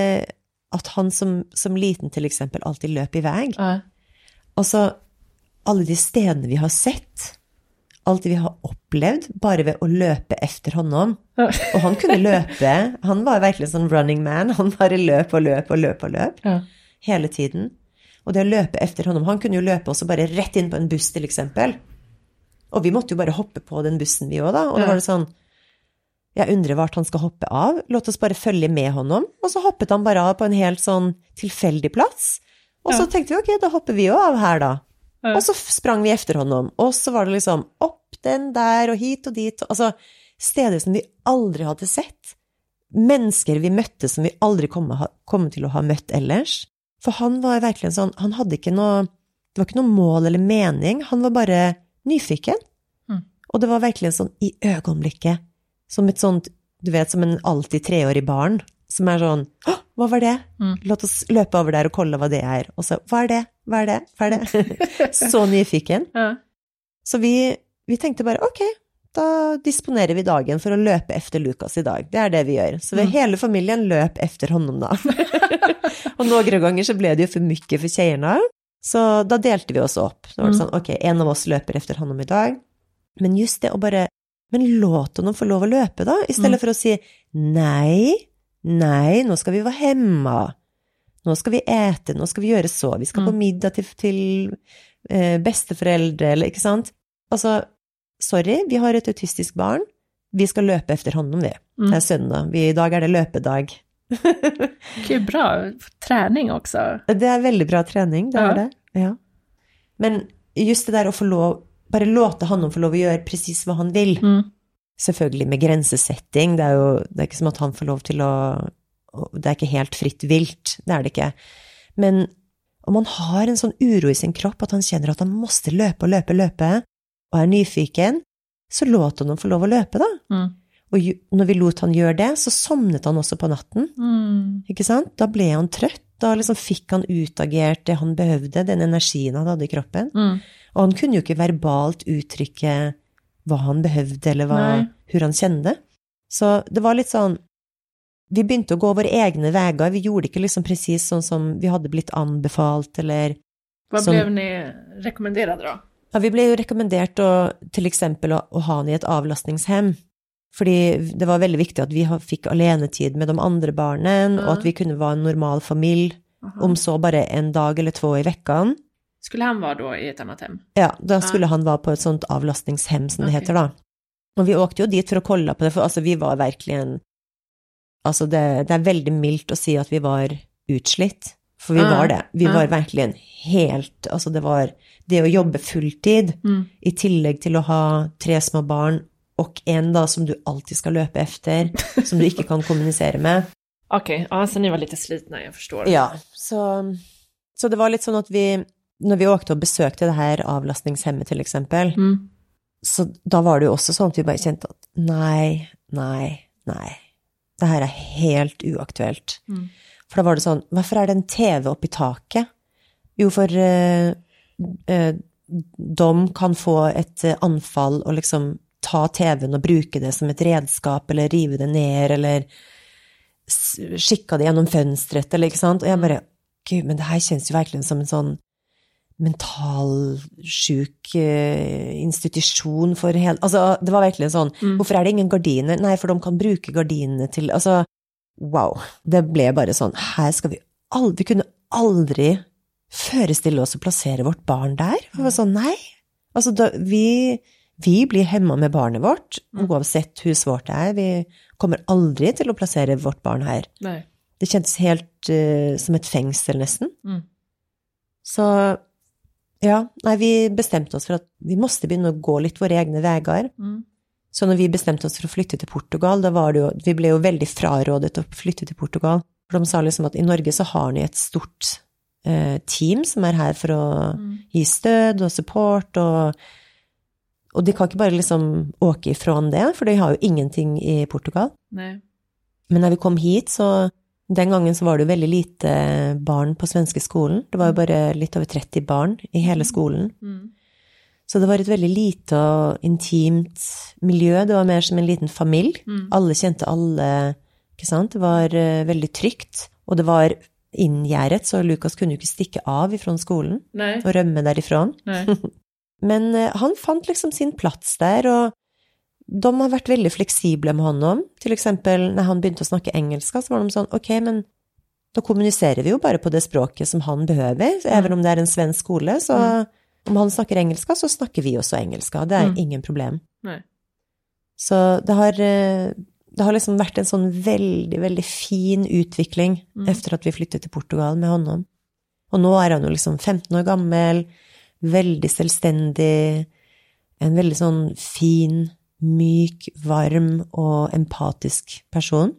at han som liten til eksempel alltid løp I väg. Altså, alle de stedene vi har sett, alt det vi har opplevd, bare ved å løpe efter honom. Og han kunne løpe, han var virkelig sånn running man, han bare løp og løp og løp og løp, hele tiden. Og det å løpe efter honom, han kunne jo løpe også bare rett inn på en buss til eksempel. Og vi måtte jo bare hoppe på den bussen vi også da, og da var det sånn, jeg undrer vart han skal hoppe av, låt oss bare følge med honom, og så hoppet han bare av på en helt sånn tilfeldig plass, og så tenkte vi, ok, da hopper vi jo av her da. Og så sprang vi efter honom, og så var det liksom opp den der, og hit og dit, altså steder som vi aldri hadde sett, mennesker vi møtte som vi aldri kom til å ha møtt ellers, for han var virkelig sånn, han hadde ikke noe, det var ikke noe mål eller mening, han var bare nyfiken, og det var virkelig sånn I øyeblikket, som et sånt, du vet, som en alltid 3-årig barn, som sånn, hva var det? Låt oss løpe over der og kolla hva det og så, hva det? Hva det? Hva det? Så nyfiken. Så vi tenkte bare, ok, da disponerer vi dagen for å løpe efter Lukas I dag. Det det vi gjør. Så hele familien løp efter honom da. Og noen ganger så ble det jo for mye for tjejerna, så da delte vi oss opp. Så var det sånn, ok, en av oss løper efter honom I dag, men just det å bare, men låt honom få lov å løpe da, I stedet for å si, nei, nå skal vi være hemma, nå skal vi äte, nå skal vi gjøre så, vi skal på middag til besteforeldre, eller ikke sant? Altså, sorry, vi har et autistisk barn, vi skal løpe efter honom det. Det søndag, I dag det løpedag. Gud, bra träning också. Det veldig bra träning, det det. Ja. Men just det der å få lov, bare låte honom få lov å gjøre precis hva han vil. Selvfølgelig med grensesetting, det jo, det ikke som at han får lov til å, det ikke helt fritt vilt, det det ikke. Men om han har en sånn uro I sin kropp, at han kjenner at han måste løpe, og nyfiken, så låt honom få lov å løpe da. Og når vi lot han gjøre det, så somnet han også på natten. Ikke sant? Da ble han trøtt, da liksom fikk han utagert det han behøvde, den energien han hadde I kroppen. Og han kunne jo ikke verbalt uttrykke hva han behøvde, eller hur han kjente. Så det var litt sånn, vi begynte å gå våre egne vägar, vi gjorde ikke liksom precis sånn som vi hadde blitt anbefalt, eller... Hva blev ni rekommenderade då? Ja, vi ble jo rekommendert til eksempel å ha han I et avlastningshem, fordi det var veldig viktig at vi fikk alenetid med de andre barnen, og at vi kunne være en normal familie, om så bare en dag eller 2 I veckan. Skulle han vara då I ett annat hem? Ja, då skulle han vara på ett sånt avlastningshem som det heter då. Och vi åkte ju dit för att kolla på det, för alltså vi var verkligen, alltså det väldigt milt att säga att vi var utslitt, för vi var det. Vi var verkligen helt, alltså det var det att jobba fulltid I tillägg till att ha 3 små barn och en dag som du alltid ska löpa efter, som du inte kan kommunicera med. Okej, så ni var lite slitna, jag förstår. Ja, så det var lite sån att vi, när vi åkte och besökte det här avlastningshemmet till exempel, så då var det ju också sånt att vi bara kände att nej, det här helt oaktuellt. För då var det sån, varför det en TV upp I taket? Jo, för de kan få ett anfall och liksom ta TVn och bruka det som ett redskap, eller riva det ner, eller skicka det genom fönstret, eller ikke sant? Och jag bara, gud, men det här känns ju verkligen som en sån mentalsjuk institution för helt, alltså det var verkligen sån, varför det ingen gardiner? Nej, för de kan bruka gardinerna till, alltså wow, det blev bara sån, här ska vi kunde aldrig föreställa oss att placera vårt barn där. Det var sån, nej, alltså då, vi blir hemma med barnet vårt, oavsett hur svårt det vi kommer aldrig till att placera vårt barn här. Nej. Det kändes helt som ett fängsel nästan. Så ja, nej, vi bestämde oss för att vi måste börja gå lite våra egna vägar. Så når vi bestemte oss for å flytte til Portugal, da var det jo, vi ble jo veldig frarådet å flytte til Portugal. For de sa liksom at i Norge så har ni et stort team som her for å gi stød og support, og de kan ikke bare liksom åke ifrån det, for de har jo ingenting i Portugal. Nej. Men når vi kom hit, så den gangen så var det jo veldig lite barn på svenske skolen. Det var jo bare litt over 30 barn i hele skolen. Så det var et veldig lite og intimt miljø. Det var mer som en liten familie. Alle kjente alle, ikke sant? Det var veldig trygt, og det var inngjerdet, så Lukas kunne jo ikke stikke av ifrån skolen og rømme derifrån. Men han fant liksom sin plats der, og de har vært veldig fleksible med honom. Til eksempel, når han begynte å snakke engelsk, så var de sånn, ok, men da kommuniserer vi jo bare på det språket som han behøver, even om det en svensk skole, så om han snakker engelsk, så snakker vi også engelsk, det ingen problem. Nej. Så det har liksom vært en sånn veldig, veldig fin utvikling efter at vi flyttet til Portugal med honom. Og nå han jo liksom 15 år gammel, veldig selvstendig, en veldig sånn fin, myk, varm og empatisk person.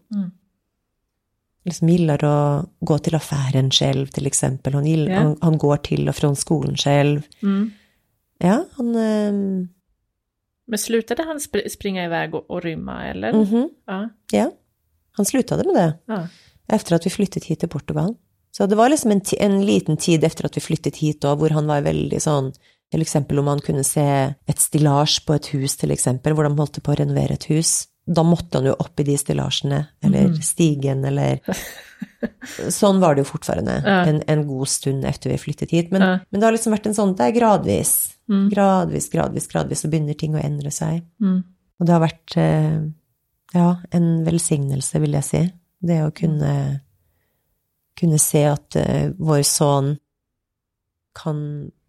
Liksom gillar å gå til affären selv, til eksempel. Han går til og fra skolen selv. Ja, han... Men slutade han springa iväg och rymma, eller? Ja, han slutade med det. Efter att vi flyttet hit till Portugal. Så det var liksom en liten tid efter att vi flyttet hit då, hvor han var väldigt sån, till exempel om man kunde se ett stillage på ett hus till exempel, hvor de hållte på att renovera ett hus. Då måtte han jo opp i de stillagerna, eller stigen, eller... Sånn var det jo fortfarande en god stund efter vi flyttet hit. Men det har liksom vært en sånn, det gradvis. Gradvis, så begynner ting å endre seg. Og det har vært, en velsignelse, vil jeg si. Det å kunne se at vår son kan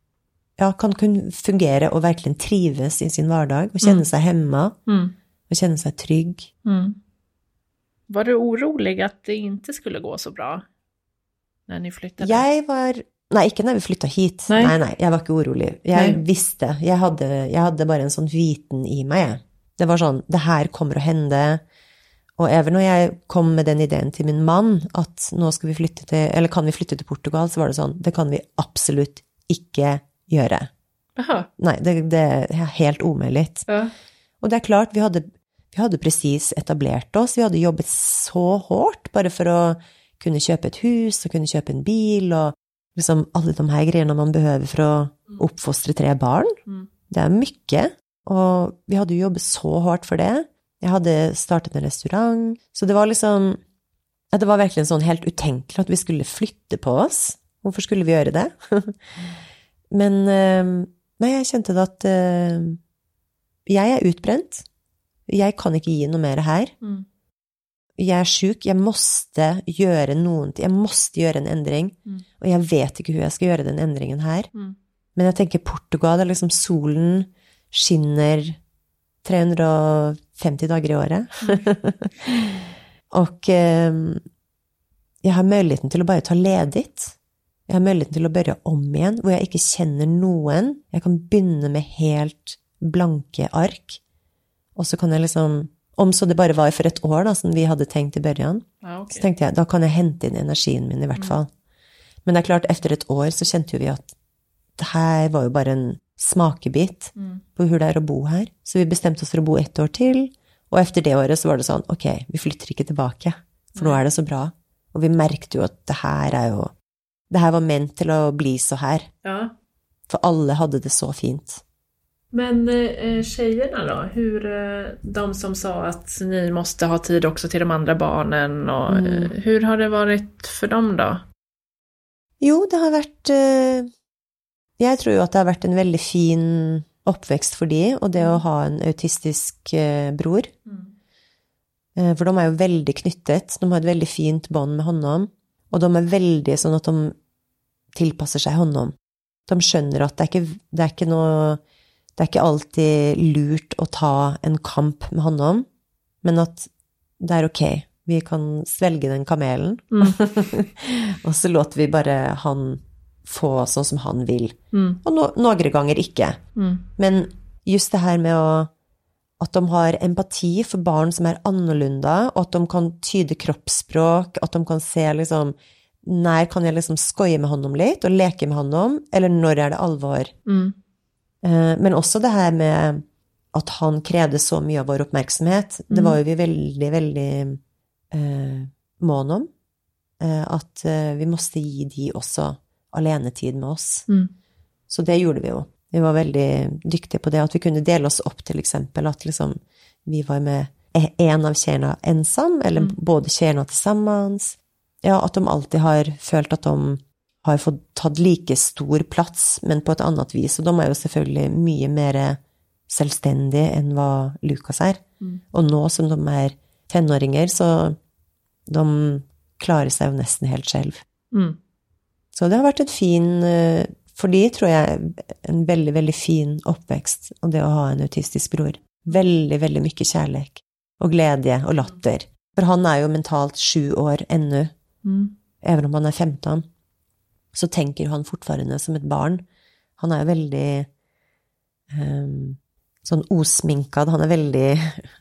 fungere og virkelig trives i sin hverdag, og kjenne seg hemma, och känna sig trygg. Var du orolig att det inte skulle gå så bra när ni flyttade? Nej, inte när vi flyttade hit. Nej, jag var inte orolig. Jag visste, jag hade bara en sån viten i mig. Det var sån, det här kommer att hända. Och även när jag kom med den idén till min man att nu ska vi flytta till, eller kan vi flytta till Portugal, så var det sån, det kan vi absolut inte göra. Aha. Nej, det är helt omöjligt. Ja. Och det är klart, vi hade precis etablerat oss. Vi hade jobbat så hårt bara för att kunna köpa ett hus och kunna köpa en bil och liksom alla de här grejerna man behöver för att uppfostra 3 barn. Det är mycket. Och vi hade jobbat så hårt för det. Jag hade startat en restaurang. Så det var liksom, det var verkligen sån helt utänkligt att vi skulle flytta på oss. Varför skulle vi göra det? Men nej, jag kände att jag är utbränt. Jag kan inte ge något mer här. Jag är sjuk. Jag måste göra något. Jag måste göra en ändring. Och jag vet inte hur jag ska göra den ändringen här. Men jag tänker Portugal, där liksom solen skinner 350 dagar i året. Och jag har möjligheten till att bara ta ledigt. Jag har möjligheten till att börja om igen, hvor jag inte känner någon. Jag kan börja med helt blanke ark. Och så kan jag liksom, om så det bara var för ett år då, som vi hade tänkt i början, så tänkte jag, då kan jag hämta in energin min i vart fall. Men det är klart, efter ett år så kände vi att det här var ju bara en smakebit på hur det är att bo här. Så vi bestämde oss för att bo 1 år till. Och efter det året så var det sån, okej, vi flyttar inte tillbaka. För nu är det så bra. Och vi märkte ju att det här var ment till att bli så här. Ja. För alla hade det så fint. Men tjejerna då? Hur, de som sa att ni måste ha tid också till de andra barnen. Och, hur har det varit för dem då? Jo, det har varit... jag tror ju att det har varit en väldigt fin uppväxt för det. Och det att ha en autistisk bror. För de är ju väldigt knyttet. De har ett väldigt fint band med honom. Och de är väldigt sån att de tillpassar sig honom. De skönner att det är inte alltid lurt att ta en kamp med honom. Men att det är okej. Vi kan svälja den kamelen. Och så låter vi bara han få så som han vill. Och några gånger inte. Men just det här med at de har empati for barn som annorlunda, og at de kan tyde kroppsspråk, at de kan se liksom, när kan jag liksom skoja med honom lite och leka med honom, eller när är det allvar? Men också det här med att han krävde så mycket av vår uppmärksamhet, det var ju vi väldigt mån om, att vi måste ge de också alenetid med oss. Så det gjorde vi ju. Vi var väldigt duktiga på det, att vi kunde dela oss upp till exempel, att liksom vi var med en av tjejerna ensam, eller båda tjejerna tillsammans. Ja, att de alltid har følt att de har fått tatt lika stor plats, men på ett annat vis. Och de är ju selvfølgelig mycket mer självständiga än vad Lukas är. Och nu som de är tenåringar så de klarar sig ju nästan helt själv. Så det har varit en fin, för det tror jag en väldigt, väldigt fin uppväxt, och det att ha en autistisk bror. Väldigt, väldigt mycket kärlek och glädje och latter. För han är ju mentalt 7 år ännu. Även om han är 15 så tänker han fortfarande som ett barn. Han är väldigt sån osminkad, han är väldigt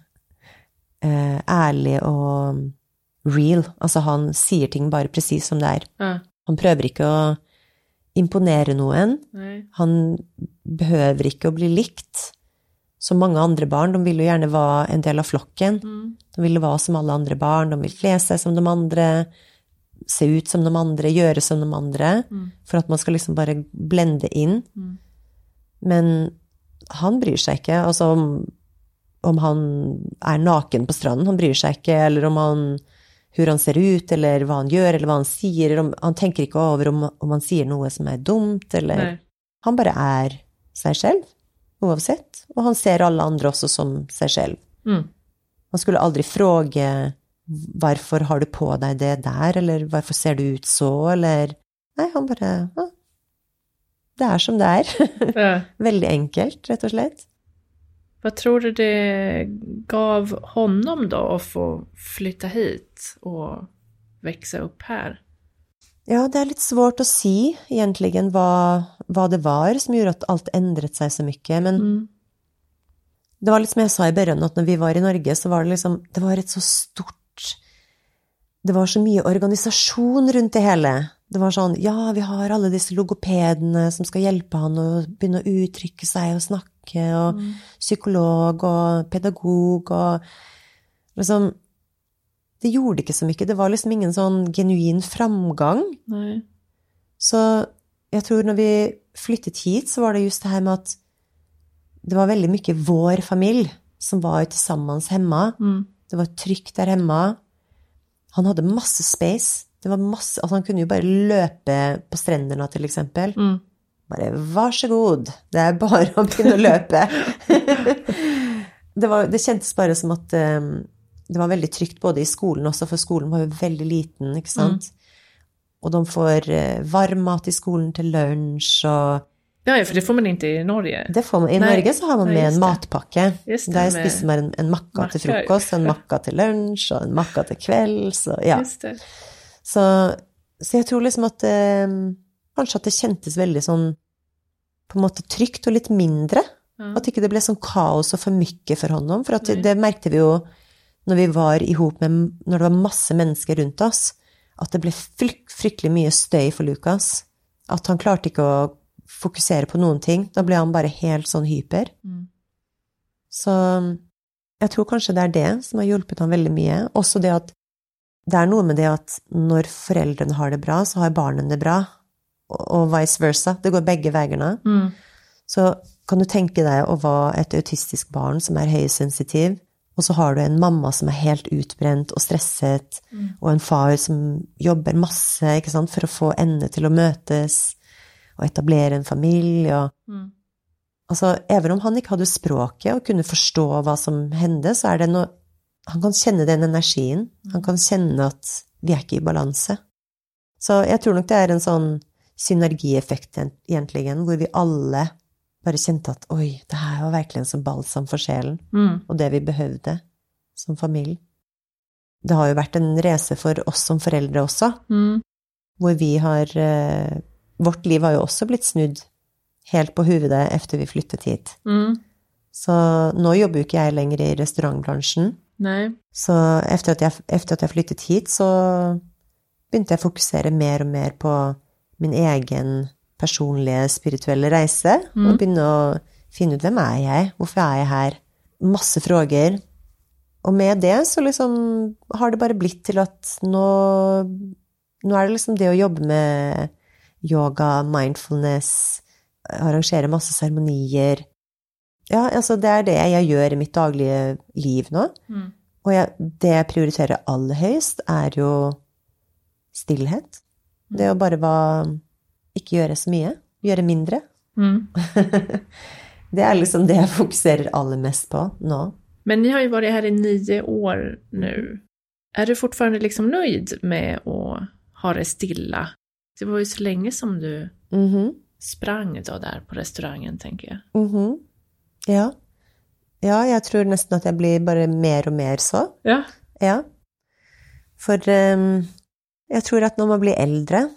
ärlig och real. Alltså han säger ting bara precis som det är. Han prövar inte att imponera någon. Han behöver inte att bli likt. Som många andra barn, de vill ju gärna vara en del av flocken. De vill vara som alla andra barn, de vill klä sig som de andra, se ut som de andra, göra som de andra, för att man ska liksom bara blända in. Men han bryr sig inte, alltså om han är naken på stranden, han bryr sig inte, eller om han, hur han ser ut, eller vad han gör, eller vad han säger. Han tänker inte över om han säger något som är dumt, eller han bara är sig själv, oavsett. Och han ser alla andra också som sig själv. Han skulle aldrig fråga varför har du på dig det där, eller varför ser du ut så, eller nej, han bara det är som det är. Väldigt enkelt, rätt och slett. Vad tror du det gav honom då att få flytta hit och växa upp här? Ja, det är lite svårt att se egentligen vad det var som gjorde att allt ändrat sig så mycket, men det var lite som jag sa i början, att när vi var i Norge så var det liksom, det var ett så stort, det var så mycket organisation runt det hela. Det var sån, ja, vi har alla dessa logopederna som ska hjälpa han att börja uttrycka sig och snacka, och psykolog och pedagog, och liksom, det gjorde inte så mycket. Det var liksom ingen sån genuin framgång. Nej. Så jag tror när vi flyttade hit så var det just det här med att det var väldigt mycket vår familj som var tillsammans hemma. Det var tryggt där hemma. Han hade massa space. Det var massa, alltså han kunde ju bara löpa på stränderna till exempel. Bara, varsågod. Det är bara att börja löpa. Det kändes bara som att det var väldigt tryggt både i skolan också, för skolan var ju väldigt liten, inte sant? Och de får varm mat i skolan till lunch, och ja, för det får man inte i Norge. Det får man. I Norge så har man med en matpacke. Där spiser man en macka till frukost, en macka till lunch och en macka till kväll. Så, ja. Just det. Så jag tror liksom att kanske att det kändes väldigt sån på något sätt tryggt och lite mindre. Att inte det blev sån kaos och för mycket för honom. För att det märkte vi ju när vi var ihop med, när det var massa människor runt oss, att det blev fruktansvärt mycket stöj för Lukas. Att han klarade inte att fokusera på någonting. Då blev han bara helt sån hyper. Så jag tror kanske det är det som har hjälpt honom väldigt mycket. Också det att det är något med det att när föräldrarna har det bra så har barnen det bra. Och vice versa. Det går bägge vägarna. Så kan du tänka dig att vara ett autistiskt barn som är högsensitiv, och så har du en mamma som är helt utbränd och stressad, och en far som jobbar massa, inte sant, för att få ända till att mötas och etablera en familj. Och alltså, även om han inte hade språket och kunde förstå vad som hände, så är det något, han kan känna den energin. Han kan känna att vi är inte i balans. Så jag tror nog det är en sån synergieffekt egentligen, där vi alla bara kände att oj, det här var verkligen som balsam för själen, och det vi behövde som familj. Det har ju varit en resa för oss som föräldrar också, där vi har vårt liv har ju också blivit snudd helt på huvudet efter vi flyttade hit. Så nå jobber jo ikke jeg lenger i restaurantbransjen. Nej. Så efter at jeg flyttet hit, så begynte jeg å fokusere mer og mer på min egen personlige spirituelle reise, og begynne å finne ut hvem er jeg, hvorfor er jeg her, masse frågor. Og med det så liksom har det bare blitt til at nå er det liksom det å jobbe med yoga, mindfulness, arrangere masse seremonier. Ja, altså det er det jeg gjør i mitt daglige liv nå. Og det jeg prioriterer aller høyest er jo stillhet. Det å bare ikke gjøre så mye, gjøre mindre. Det er liksom det jeg fokuserer aller mest på nå. Men ni har ju varit här i 9 år nu. Är du fortfarande liksom nöjd med att ha det stilla? Det var ju så länge som du sprang då där på restaurangen, tänker jag. Ja. Ja, jag tror nästan att jag blir bara mer och mer så. Ja. Ja. För jag tror att när man blir äldre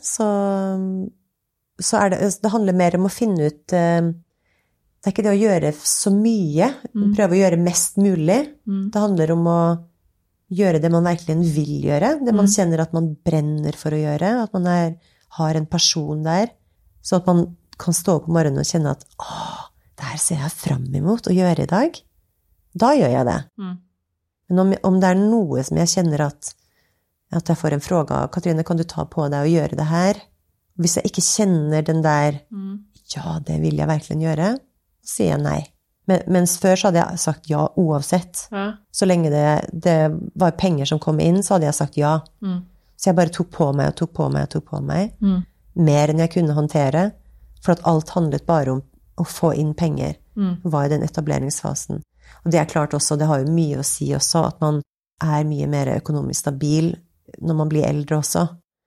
så är det handlar mer om att finna ut det är inte det att göra så mycket, pröva att göra mest möjligt. Det handlar om att göra det man verkligen vill göra, det man känner att man bränner för att göra, att man har en passion där, så att man kan stå upp på morgonen och känna att det här ser jag fram emot att göra idag. Då gör jag det. Men om det är något som jag känner att jag får en fråga, Katrine, kan du ta på dig och göra det här? Hvis jag inte känner den där, ja, det vill jag verkligen göra, så säger jag nej. Men förr så hade jag sagt ja oavsett. Ja. Så länge det var pengar som kom in så hade jag sagt ja. Så jag bara tog på mig. Mer än jag kunde hantera. För att allt handlade bara om att få in pengar. Var i den etableringsfasen. Och det är klart också, det har ju mycket att säga också, att man är mycket mer ekonomiskt stabil när man blir äldre också.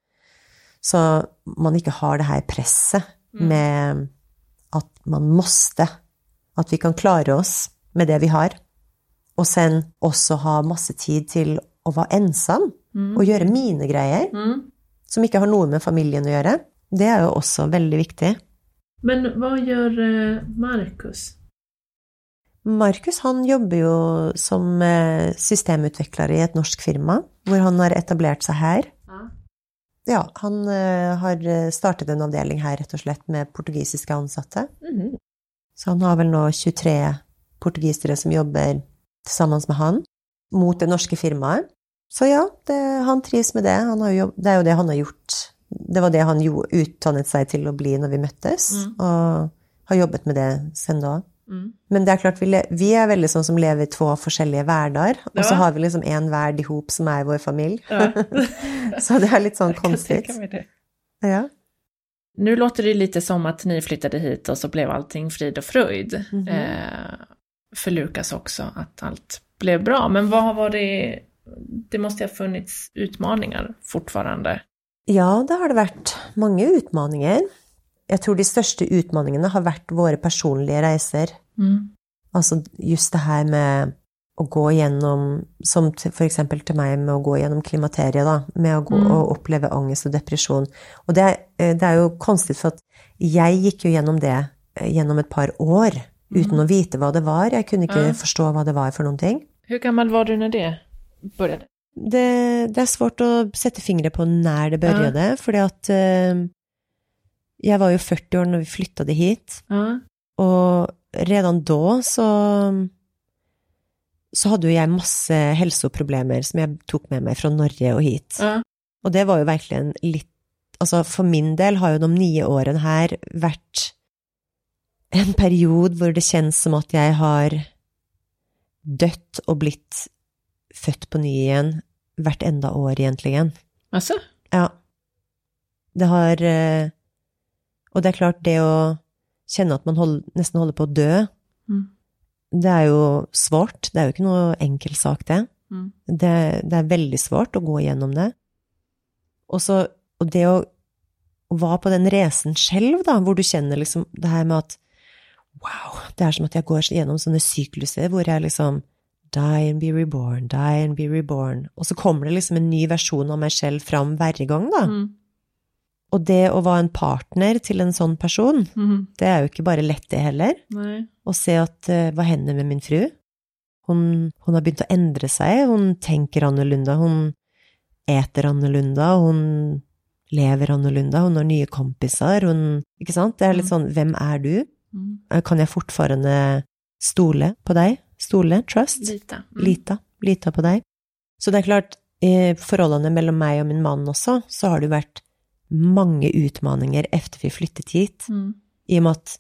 Så man inte har det här presset med att man måste, att vi kan klara oss med det vi har. Och sen också ha massa tid till att vara ensam och göra mina grejer som inte har något med familjen att göra. Det är ju också väldigt viktigt. Men vad gör Marcus? Marcus, han jobbar ju som systemutvecklare i ett norskt firma, där han har etablerat sig här. Ja, han har startat en avdelning här rätt och slett med portugisiska ansatta. Så han har väl nå 23 portugisare som jobbar tillsammans med han mot det norska firmaet. Så ja, han trivs med det. Det är ju det han har gjort. Det var det han utdannet sig till att bli när vi möttes och har jobbat med det sen då. Men det är klart, vi är väldigt som lever i 2 olika världar. Ja. Och så har vi liksom en värld ihop som är vår familj. Ja. Så det är lite sån konstigt. Ja. Nu låter det lite som att ni flyttade hit och så blev allting frid och fröjd. För Lukas också, att allt blev bra. Men vad var det? Det måste ha funnits utmaningar fortfarande. Ja, det har det varit många utmaningar. Jag tror de största utmaningarna har varit våra personliga resor. Alltså just det här med att gå igenom, som för exempel till mig med att gå igenom klimakteriet då, med att gå och uppleva ångest och depression. Och det är ju konstigt för att jag gick ju igenom det genom ett par år utan att veta vad det var. Jag kunde inte förstå vad det var för någonting. Hur gammal var du när det började? Det är svårt att sätta fingret på när det började, för att jag var ju 40 år när vi flyttade hit. Och redan då så hade jag massa hälsoproblem som jag tog med mig från Norge och hit. Och det var ju verkligen lite, alltså för min del har ju de 9 åren här varit en period där det känns som att jag har dött och blivit fött på ny igen vartenda år egentligen. Alltså? Ja. Det har, och det är klart det att känna att man nästan håller på att dö. Det är ju svårt, det är ju inte någon enkel sak det. Det är väldigt svårt att gå igenom det. Och det att vara på den resan själv då, där du känner liksom det här med att wow, det är som att jag går igenom såna cykluser där jag liksom die and be reborn, die and be reborn. Och så kommer det liksom en ny version av mig själv fram varje gång då. Og det å være en partner til en sånn person, det jo ikke bare lett det heller. Nej. Å se at hva hender med min fru? Hun har begynt å endre seg, hun tenker annorlunda, hun äter annorlunda, hun lever annorlunda, hun har nye kompisar, ikke sant? Det litt sånn, hvem du? Kan jeg fortfarande stole på deg? Stole, trust? Lita på deg. Så det klart, i forholdene mellom meg og min mann også, så har det vært mange utmaninger efter vi flyttet hit. I og med at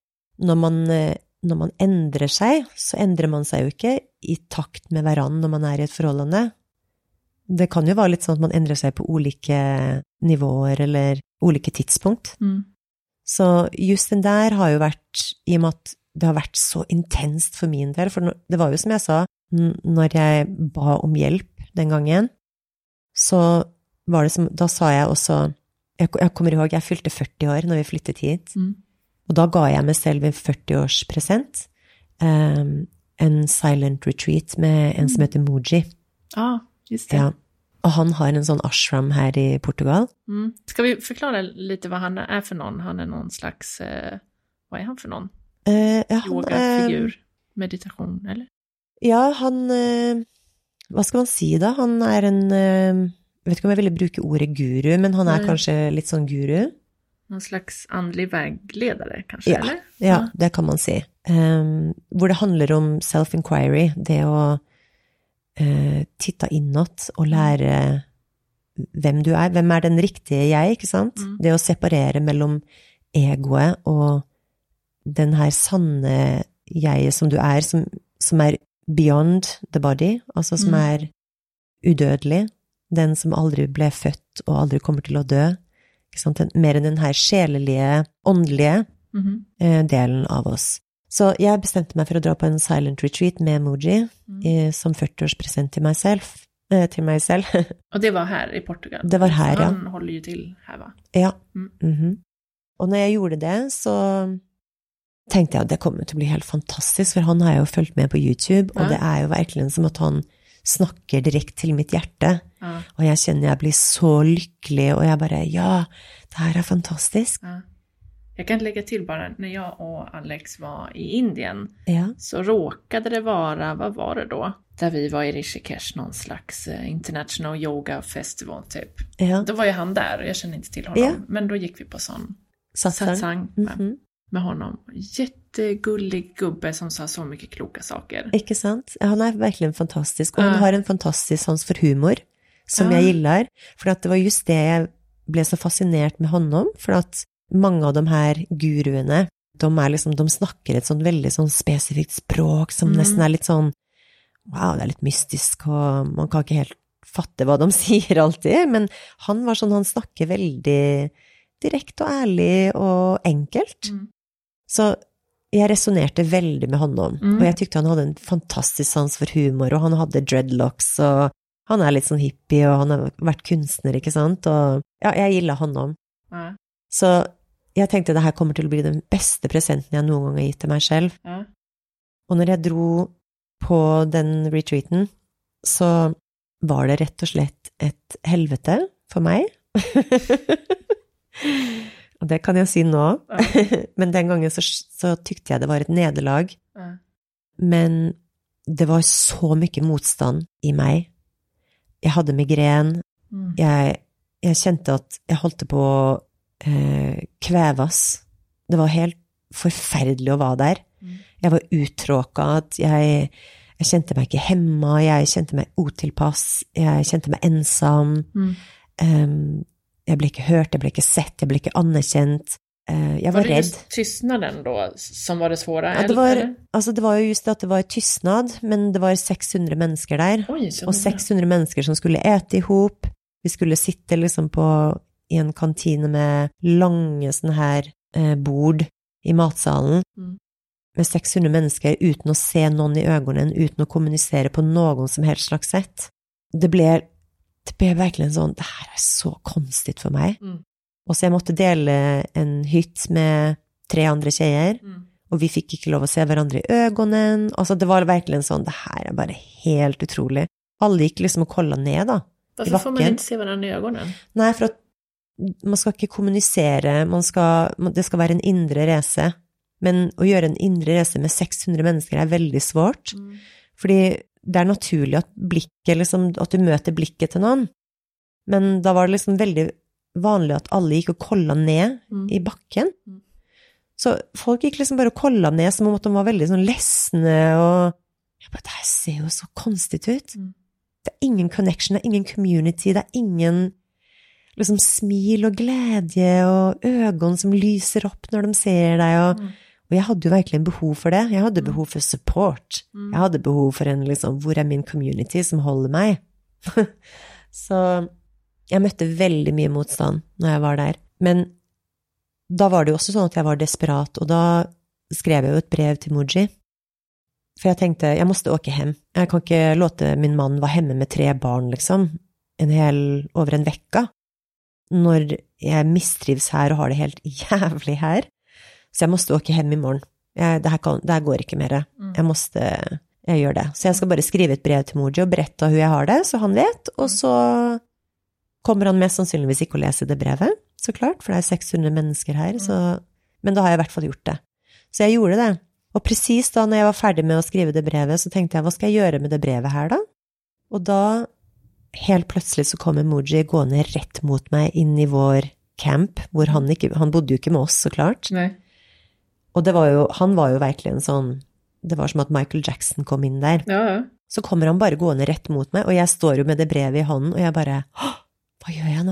når man endrer seg, så endrer man seg jo ikke i takt med hverandre når man i et forholdene. Det kan jo være litt sånn at man endrer seg på olike nivåer eller olike tidspunkt. Så just den der har jo vært, i og med at det har vært så intenst for min del, for det var jo som jeg sa, når jeg ba om hjelp den gangen, så var det som, da sa jeg også, jeg kommer ihåg, jeg fylte 40 år når vi flyttet hit, og da ga jeg meg selv en 40-årspresent, en silent retreat med en som heter Mooji. Just det. Ja. Och han har en sån ashram här i Portugal. Ska vi förklara lite vad han är för någon? Han är någon slags, vad är han för någon? Yogafigur, meditation, eller? Ja, han, vad ska man si då? Han är en, jag vet inte om jag ville bruka ordet guru, men han är kanske lite sån guru. Någon slags andlig vägledare kanske, ja, eller? Ja, det kan man se. Hvor det handlar om self-inquiry, det att titta inåt och lära vem du är. Vem är den riktiga jag, inte sant? Det att separera mellan egoet och den här sanne jag som du är, som är beyond the body, alltså som är udödlig, den som aldrig blev fött och aldrig kommer till att dö. Inte sant? Mer än den här själeliga, åndliga delen av oss. Så jag bestämde mig för att dra på en silent retreat med Mooji som 40-årspresent till mig själv. Och det var här i Portugal? Det var här, ja. Han håller ju till här, va? Ja. Och när jag gjorde det så tänkte jag att det kommer att bli helt fantastiskt, för han har ju följt med på YouTube och det är ju verkligen som att han snackar direkt till mitt hjärta. Och jag känner jag blir så lycklig och jag bara, ja, det här är fantastiskt. Jag kan lägga till bara, när jag och Alex var i Indien så råkade det vara, vad var det då? Där vi var i Rishikesh, någon slags international yoga festival typ. Då var ju han där och jag kände inte till honom. Men då gick vi på sån satsang med honom. Jättegullig gubbe som sa så mycket kloka saker. Inte sant? Han är verkligen fantastisk och han har en fantastisk sans för humor som jag gillar. För att det var just det jag blev så fascinerad med honom, för att många av de här guruerna, de snackar ett sånt väldigt sånt specifikt språk som nästan är lite sån, wow, det är lite mystiskt och man kan inte helt fatta vad de säger alltid, men han var sån, han snackar väldigt direkt och ärligt och enkelt. Så jag resonerade väldigt med honom och jag tyckte han hade en fantastisk sans för humor och han hade dreadlocks och han är lite sån hippie och han har varit konstnär, inte sant? Och ja, jag gillar honom. Så jag tänkte att det här kommer till att bli den bästa presenten jag någon gång har gett till mig själv. Och när jag drog på den retreaten så var det rätt och slett ett helvete för mig. Och det kan jag se nu. Men den gången så tyckte jag det var ett nederlag. Men det var så mycket motstånd i mig. Jag hade migrän. Jag kände att jag höll på kvävas. Det var helt förfärligt att vara där. Jag var uttråkad. Jag kände mig inte hemma. Jag kände mig otillpass. Jag kände mig ensam. Jag blev inte hört, jag blev inte sett, jag blev inte anerkänt. Jag var rädd. Var det just tystnaden då som var det svåra? Ja, det var ju just det att det var tystnad, men det var 600 människor där. Och 600 människor som skulle äta ihop. Vi skulle sitta liksom i en kantin med långa såna här bord i matsalen. Med 600 människor utan att se någon i ögonen, utan att kommunicera på någon som helst slags sätt. Det blev verkligen sån, det här är så konstigt för mig. Och så jag måste dela en hytt med 3 andra tjejer. Och vi fick inte lov att se varandra i ögonen. Alltså det var verkligen sån, det här är bara helt otroligt. Alla gick liksom och kollade ner då. Varför får man inte se varandra i ögonen? Nej, för att man skal ikke kommunisere, det skal være en indre reise, men å gjøre en indre reise med 600 mennesker er veldig svårt, fordi det er naturlig at blikket, liksom, at du møter blikket til noen, men da var det liksom veldig vanlig at alle gikk og kollet ned i bakken, så folk gikk liksom bare og kollet ned som om at de var veldig sånn lessende, og jeg bare, det her ser jo så konstigt ut. Det er ingen connection, det er ingen community, det er ingen liksom smil og glädje og øgon som lyser opp når de ser deg, og jeg hadde jo virkelig en behov for det. Jeg hadde behov for support. Jeg hadde behov for en liksom, hvor er min community som holder meg? Så jeg møtte veldig mye motstand når jeg var der. Men da var det jo også sånn at jeg var desperat, og da skrev jeg jo et brev til Mooji. For jeg tenkte, jeg måste åke hem. Jeg kan ikke låte min mann være hjemme med 3 barn, liksom, over en vecka, når jeg mistrivs her og har det helt jævlig her. Så jeg måste åke hem imorgon. Det här går ikke mer. Jeg gjør det. Så jeg skal bare skrive et brev til Mooji og berette hur jeg har det, så han vet, og så kommer han mest sannsynligvis ikke å lese det brevet, så klart, for det er 600 mennesker her, så, men da har jeg i hvert fall gjort det. Så jeg gjorde det. Og precis da når jeg var ferdig med å skrive det brevet, så tenkte jeg, hva skal jeg gjøre med det brevet her da? Og da, helt plutselig så kommer Mooji gående rett mot meg inn i vår camp, hvor han bodde jo ikke med oss, så klart. Nei. Og han var jo virkelig en sånn, det var som at Michael Jackson kom inn der. Ja. Så kommer han bare gående rett mot meg, og jeg står jo med det brevet i hånden, og jeg bare, hva gjør jeg nå?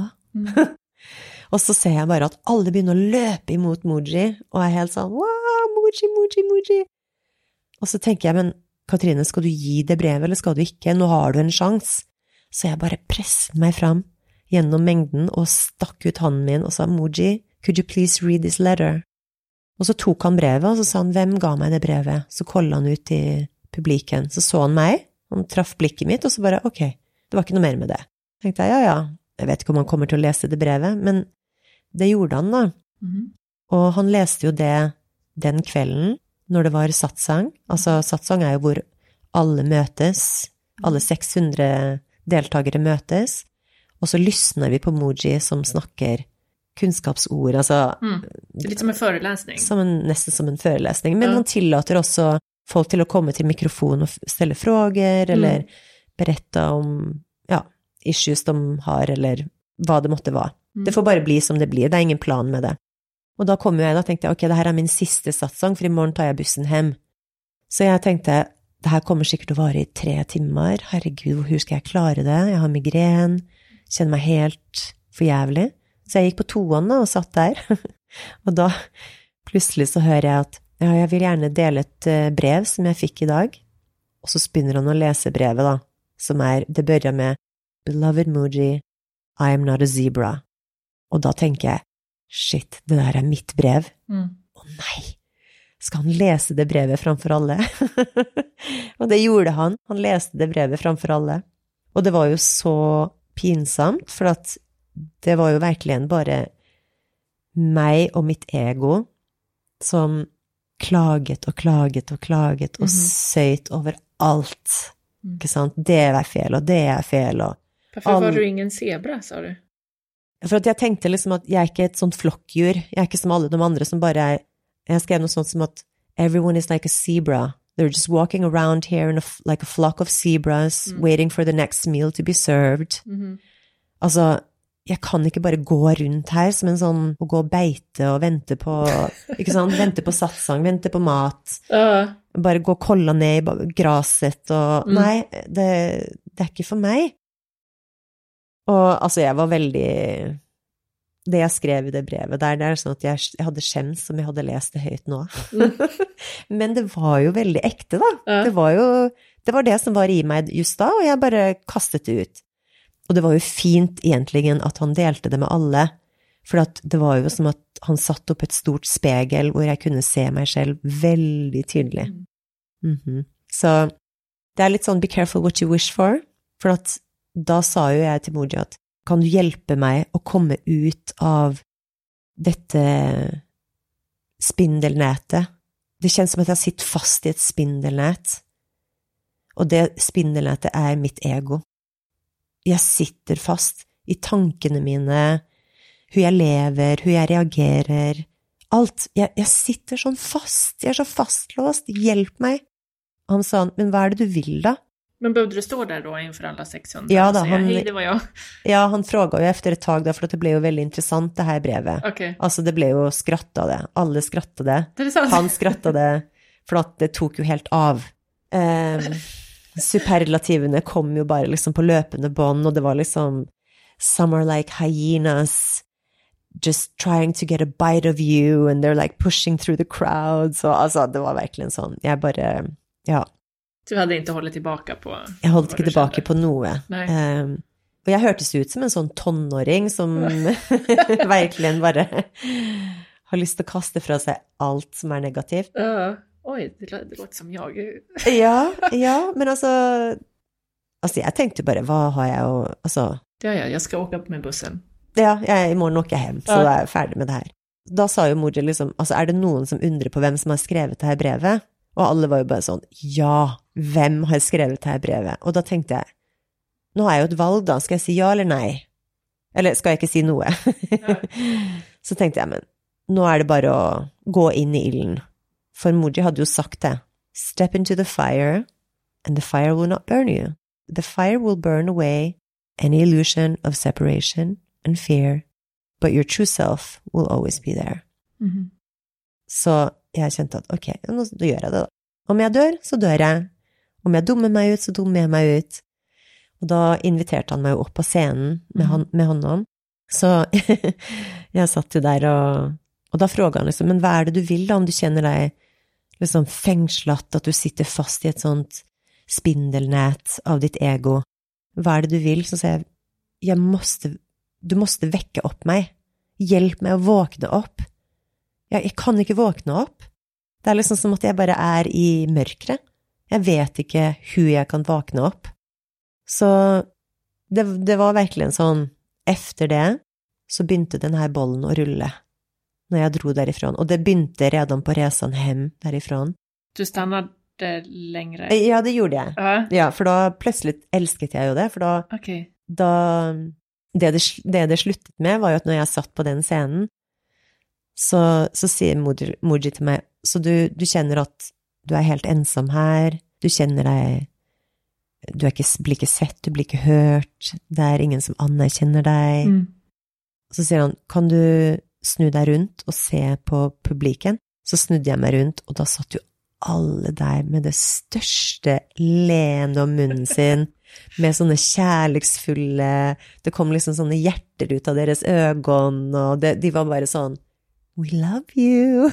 Og så ser jeg bare at alle begynner å løpe imot Mooji, og er helt sånn, wow, Mooji. Og så tenker jeg, men Katrine, skal du gi det brevet, eller skal du ikke? Nå har du en sjans. Så jeg bare presset meg fram gjennom mengden, og stakk ut hånden min, og sa, Mooji, could you please read this letter? Og så tok han brevet, og så sa han, hvem ga meg det brevet? Så kollet han ut i publiken, så han meg, han traff blikket mitt, og så bare, ok, det var ikke noe mer med det. Jeg tenkte, ja, jeg vet ikke om han kommer til å lese det brevet, men det gjorde han da. Og han leste jo det den kvelden, når det var satsang. Altså, satsang er jo hvor alle møtes, alle 600 deltagere møtes, og så lysner vi på Mooji som snakker kunnskapsord, altså det er litt som en föreläsning. Nesten som en föreläsning, men man tillater også folk til å komme til mikrofon og stille frågor, eller berette om issues de har, eller hva det måtte være. Det får bare bli som det blir, det er ingen plan med det. Og da kom jeg, da tenkte jeg, ok, det her er min siste satsang, for i morgen tar jeg bussen hjem. Så jeg tenkte, det her kommer sikkert til å vare i 3 timer, herregud, hvor skal jeg klare det? Jeg har migren, kjenner meg helt for jævlig. Så jeg gikk på toan da, og satt der, og da plutselig så hører jeg at jeg vil gjerne dele et brev som jeg fikk i dag, og så begynner han å lese brevet da, som det begynner med Beloved Mooji, I am not a zebra. Og da tenker jeg, shit, det der er mitt brev. Å nei, skal han lese det brevet framfor alle? Og det gjorde han leste det brevet framfor alle. Og det var jo så pinsamt, for at det var jo virkelig bare meg og mitt ego som klaget og søyt over alt. Ikke sant? Det er feil, og det er feil. Hvorfor var du ingen zebra, sa du? For at jeg tenkte liksom at jeg er ikke et sånt flokkdyr. Jeg er ikke som alle de andre som bare jeg skrev noe sånt som at everyone is like a zebra. They're just walking around here in like a flock of zebras, waiting for the next meal to be served. Altså, jeg kan ikke bare gå rundt her som en sånn, og gå og beite og vente på, ikke sant, vente på satsang, vente på mat, bare gå og kolla ned i graset, og nei, det er ikke for meg. Og altså, jeg var veldig, det jeg skrev i det brevet der, det er sånn at jeg hadde skjems som jeg hadde lest det høyt nå. Men det var jo veldig ekte da, det var det som var i meg just da, og jeg bare kastet det ut. Og det var jo fint egentlig at han delte det med alle, for at det var jo som at han satt opp et stort spegel hvor jeg kunne se meg selv veldig tydelig. Så det er litt sånn, be careful what you wish for, for at da sa jo jeg til Mooji at kan du hjelpe meg å komme ut av dette spindelnætet? Det kjennes som at jeg sitter fast i et spindelnät, og det spindelnætet mitt ego. Jeg sitter fast i tankene mine, hur jag lever, hur jag reagerar. Allt. Jag sitter sån fast. Jag är så fastlåst. Hjälp mig. Han sa, men vad är det du vill då? Men behövde du stå där då inför alla 600? Ja, då, och säga, hej, det var jag. Ja, han frågade ju efter ett tag då, för att det blev ju väldigt intressant det här brevet. Okay. Alltså det blev ju skrattade. Alla skrattade. Det är sant. Han skrattade för att det tog ju helt av. Superlativerna kom ju bara liksom på löpande band och det var liksom some are like hyenas just trying to get a bite of you and they're like pushing through the crowd. Så alltså det var verkligen sån. Jag bara, ja. Du hade inte hållit tillbaka på... Jag höll inte tillbaka på något. Nej. Och jag hördes ut som en sån tonåring som verkligen bara har lust att kasta från sig allt som är negativt. Oj, det låter som jag. ja, men alltså jag tänkte bara, vad har jag och, alltså... Ja, jag ska åka upp med bussen. Ja, imorgon åker jag hem, så då är jag färdig med det här. Då sa ju Moody liksom, alltså är det någon som undrar på vem som har skrivit det här brevet? Och alla var ju bara sån, ja, vem har skrivit det här brevet? Och då tänkte jag, nu har jag ju ett val då, ska jag säga ja eller nej? Eller ska jag inte säga något? Så tänkte jag, men nu är det bara att gå in i ilden. För Moody hade ju sagt det. Step into the fire and the fire will not burn you. The fire will burn away any illusion of separation and fear, but your true self will always be there. Mm-hmm. Så jag kände att okej, då gör jag det då. Om jag dör, så dör jag. Om jag dommer mig ut, så dommer jag mig ut. Och då inviterade han mig upp på scenen med honom. Så jag satt ju där och då frågade han liksom, men vad är det du vill då om du känner dig liksom fängslat, att du sitter fast i ett sånt spindelnät av ditt ego? Vad är det du vill? Så säger jag, du måste väcka upp mig. Hjälp mig att vakna upp. Jag kan inte vakna upp. Det är liksom som att jag bara är i mörkret. Jag vet inte hur jag kan vakna upp. Så det var verkligen sån, efter det så började den här bollen att rulla när jag drog därifrån. Och det började redan på resan hem därifrån. Du stannade längre? Ja, det gjorde jag. Ja, för då plötsligt älskade jag ju det. För då det slutade med var ju att när jag satt på den scenen så säger Moody till mig, så du känner att du är helt ensam här, du känner dig, du blir inte sett, du blir inte hört, det är ingen som anerkänner dig. Så säger han, kan du snu dig runt och se på publiken? Så snudde jag mig runt och då satt ju alla där med det största leende om munnen sin, med såna kärleksfulla, det kom liksom såna hjärter ut av deras ögon och de var bara sån, we love you.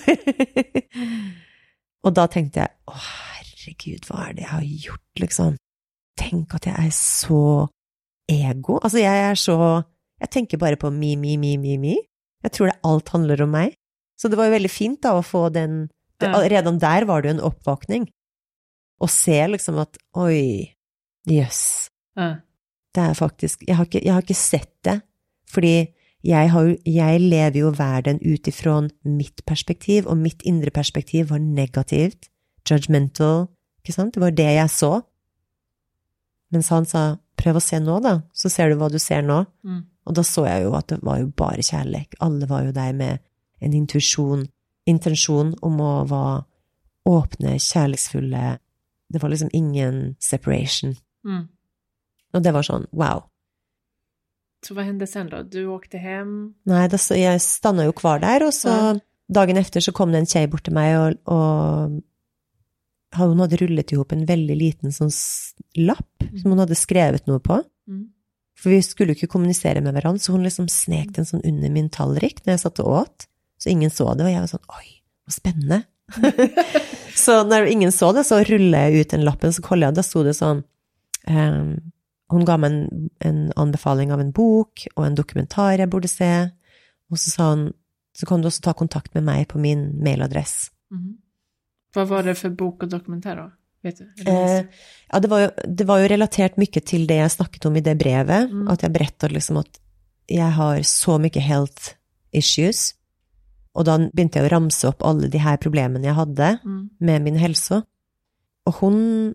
Och då tänkte jag, herregud, vad är det jag har gjort liksom? Tänk att jag är så ego. Alltså jag tänker bara på me. Jag tror det allt handlar om mig. Så det var ju väldigt fint då att få den, redan där var det en uppvakning. Och se liksom att, oj, yes. Det är faktiskt, jag har inte sett det. För jag lever ju världen utifrån mitt perspektiv, och mitt inre perspektiv var negativt, judgmental, inte sant? Det var det jag så. Men så han sa, pröv att se nå då, så ser du vad du ser nå. Och då såg jag ju att det var ju bara kärlek. Alla var ju där med en intention om att vara öppna, kärleksfulla. Det var liksom ingen separation. Och det var sån, wow. Så vad hände sen då? Du åkte hem? Nej, jag stannade ju kvar där, och så dagen efter så kom det en tjej bort till mig och hon hade rullat ihop en väldigt liten sån lapp som hon hade skrivit något på. För vi skulle ju inte kommunicera med varandra, så hon liksom snekte en sån under min tallrik när jag satt och åt. Så ingen såg det, och jag var sån, oj, vad spännande. Så när ingen såg det så rullade jag ut en lappen, så kollade jag, då stod det sån, hon gav mig en anbefaling av en bok och en dokumentär jag borde se. Och så sa hon, så kan du också ta kontakt med mig på min mailadress. Vad var det för bok och dokumentär då? Vet du? Ja, det var ju relaterat mycket till det jag snackat om i det brevet. Att jag berättade liksom att jag har så mycket health issues. Och då började jag ramsa upp alla de här problemen jag hade med min hälsa. Och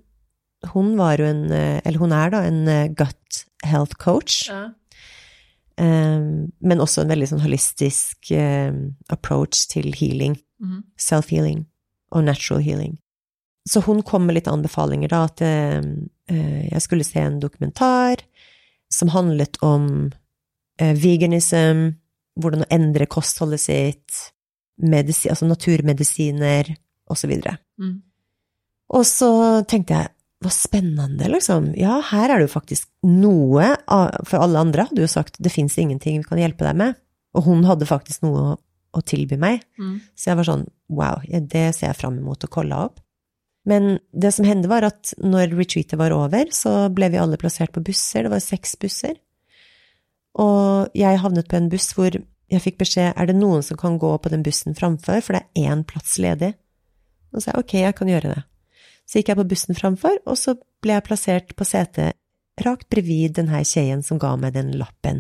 hon var ju hon är då en gut health coach. Men også en veldig sånn holistisk approach til healing, self-healing og natural healing. Så hun kom med litt anbefalinger da, at jeg skulle se en dokumentar som handlet om veganism, hvordan å endre kostholdet sitt, altså naturmedisiner, og så videre. Og så tenkte jeg, hva spennende, liksom. Ja, her er det jo faktisk noe, for alle andre hadde jo sagt, det finnes ingenting vi kan hjelpe deg med. Og hun hadde faktisk noe å tilby meg. Så jeg var sånn, wow, det ser jeg frem imot å kolla opp. Men det som hendte var at når retreatet var over, så ble vi alle plassert på busser, det var 6 busser. Og jeg havnet på en buss hvor jeg fikk beskjed, er det noen som kan gå på den bussen framfor, for det er 1 plass ledig. Og så sa jeg, ok, jeg kan gjøre det. Så gikk jeg på bussen framfor, og så ble jeg plassert på setet rakt bredvid den her tjejen som ga meg den lappen.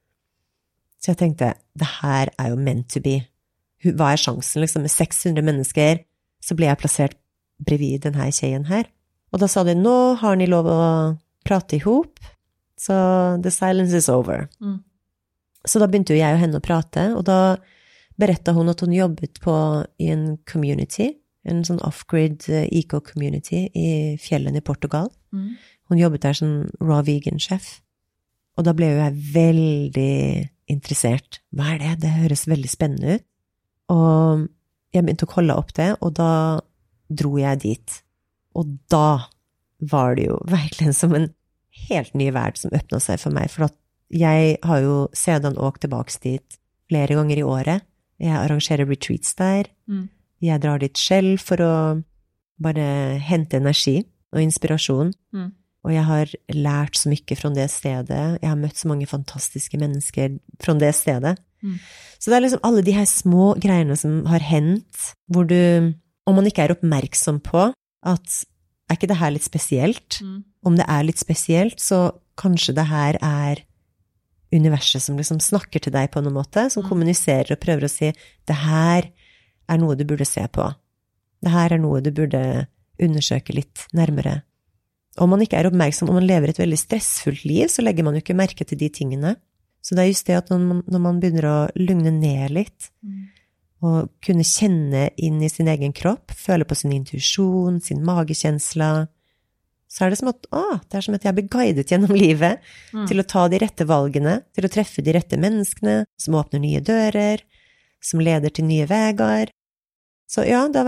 Så jeg tenkte, det her er jo meant to be. Hva er sjansen, liksom? Med 600 mennesker, så ble jeg plassert bredvid den her tjejen her. Og da sa de, nå har ni lov å prate ihop, så the silence is over. Så da begynte jo jeg og henne å prate, og da berettet hun at hun jobbet i en community, en sånn off-grid eco-community i fjellene i Portugal. Hun jobbet der som raw vegan-chef. Og da ble jo jeg veldig interessert. Hva er det? Det høres veldig spennende ut. Og jeg begynte å kolla opp det, og da dro jeg dit. Og da var det jo virkelig som en helt ny verd som øppnet seg for meg, for at jeg har jo sedan åkt tilbake dit flere ganger i året. Jeg arrangerer retreats der. Jeg drar dit selv for å bare hente energi og inspirasjon. Og jeg har lært så mye fra det stedet. Jeg har møtt så mange fantastiske mennesker fra det stedet. Så det er liksom alle de her små greiene som har hendt, hvor du, om man ikke er oppmerksom på at er ikke det her litt spesielt? Om det er litt spesielt, så kanskje det her er universet som liksom snakker til deg på noen måte, som kommuniserer og prøver å si, det her er noe du burde se på. Det her er noe du burde undersøke litt nærmere. Om man ikke er oppmerksom, om man lever et veldig stressfullt liv, så legger man jo ikke merke til de tingene. Så det er just det at når man begynner å lugne ned litt, og kunne kjenne inn i sin egen kropp, føle på sin intuisjon, sin magekjensla, så er det som at, det er som at jeg blir guidet gjennom livet til å ta de rette valgene, til å treffe de rette menneskene, som åpner nye dører, som leder til nye veier. Så ja, det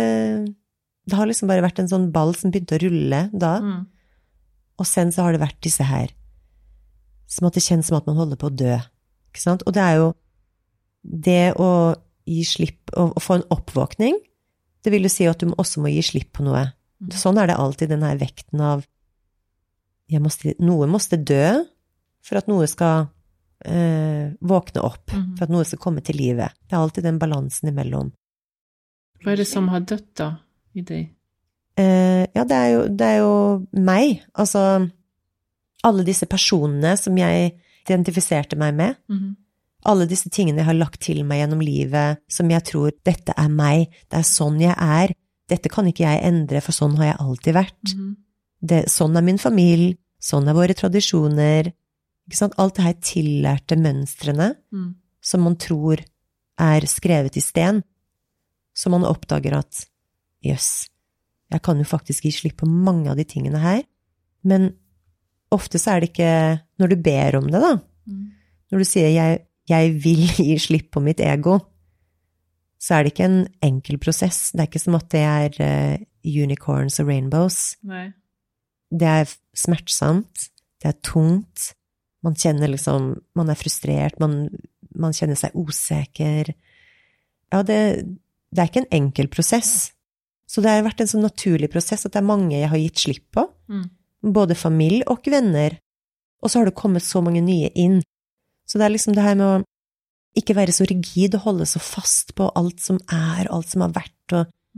har liksom bare vært en sånn ball som begynte å rulle da. Og sen så har det vært disse her, som at det kjennes som at man holder på å dø. Ikke sant? Og det er jo det å gi slipp, og få en oppvåkning, det vil jo si at du også må gi slipp på noe. Sånn er det alltid, den her vekten av noe måste dø for at noe skal våkne opp, for at noe skal komme til livet. Det er alltid den balansen imellom. Hva er det som har dødt da i deg? Ja, det er jo meg. Altså, alle disse personene som jeg identifiserte meg med, alle disse tingene jeg har lagt til meg gjennom livet, som jeg tror, dette er meg, det er sånn jeg er, dette kan ikke jeg endre, for sånn har jeg alltid vært. Sånn er min familie, sånn er våre tradisjoner, ikke sant? Alt det her tillærte mønstrene, som man tror er skrevet i sten, så man oppdager at, jeg kan jo faktisk gi slipp på mange av de tingene her, men ofte så er det ikke, når du ber om det da, når du sier jeg vil gi slipp på mitt ego, så er det ikke en enkel prosess. Det er ikke som at det er unicorns og rainbows. Nei. Det er smertsomt, det er tungt, man kjenner liksom, man er frustrert, man kjenner seg usikker. Ja, det er ikke en enkel prosess. Så det har vært en sånn naturlig prosess at det er mange jeg har gitt slipp på, både familie og venner, og så har det kommet så mange nye inn. Så det er liksom det her med å ikke være så rigid og holde så fast på alt som er, alt som har vært,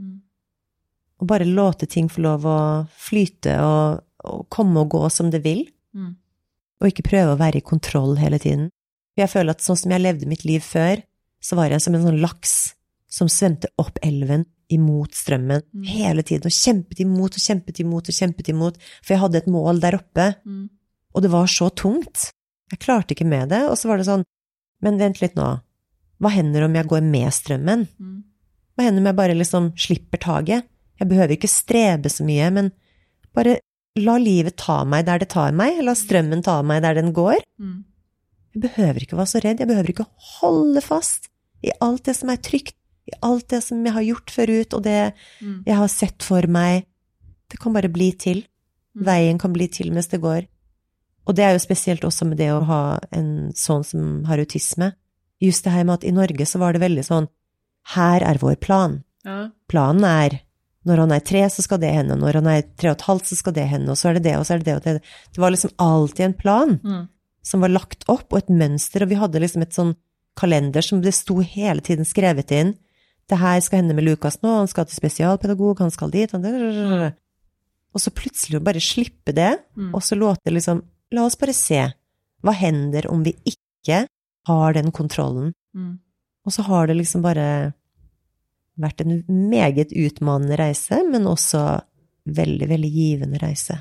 og bare låte ting få lov å flyte og komme og gå som det vil, og ikke prøve å være i kontroll hele tiden. Jeg føler at sånn som jeg levde mitt liv før, så var jeg som en sånn laks som svømte opp elven imot strømmen hele tiden, og kjempet imot og kjempet imot og kjempet imot, for jeg hadde et mål der oppe, og det var så tungt. Jag klarte inte med det. Och så var det sån, men vänta lite nu. Vad händer om jag går med strömmen? Vad händer om jag bara liksom slipper taget? Jag behöver inte sträva så mycket, men bara la livet ta mig där det tar mig. La strömmen ta mig där den går. Jag behöver inte vara så rädd. Jag behöver inte hålla fast i allt det som är tryggt. I allt det som jag har gjort förut och det jag har sett för mig. Det kan bara bli till. Vägen kan bli till medan det går. Och det är ju speciellt också med det att ha en sån som har autism. Just det här med att i Norge så var det väldigt sån, här är vår plan. Ja. Planen är, när han är 3 så ska det hända, när han är 3,5 så ska det hända, och så är det det, och så är det det, och det. Det var liksom alltid en plan som var lagt upp, och ett mönster, och vi hade liksom ett sån kalender som det stod hela tiden skrevet in. Det här ska hända med Lukas nu, han ska till specialpedagog, han ska dit, och så plötsligt bara slipper det, och så låter det liksom, låt oss bara se, vad händer om vi inte har den kontrollen. Och så har det liksom bara varit en meget utmanande resa, men också väldigt, väldigt givande resa.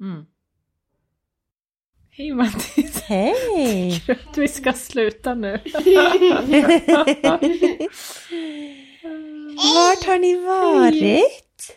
Hej Mattis. Hej. Vi ska sluta nu. Vart har ni varit?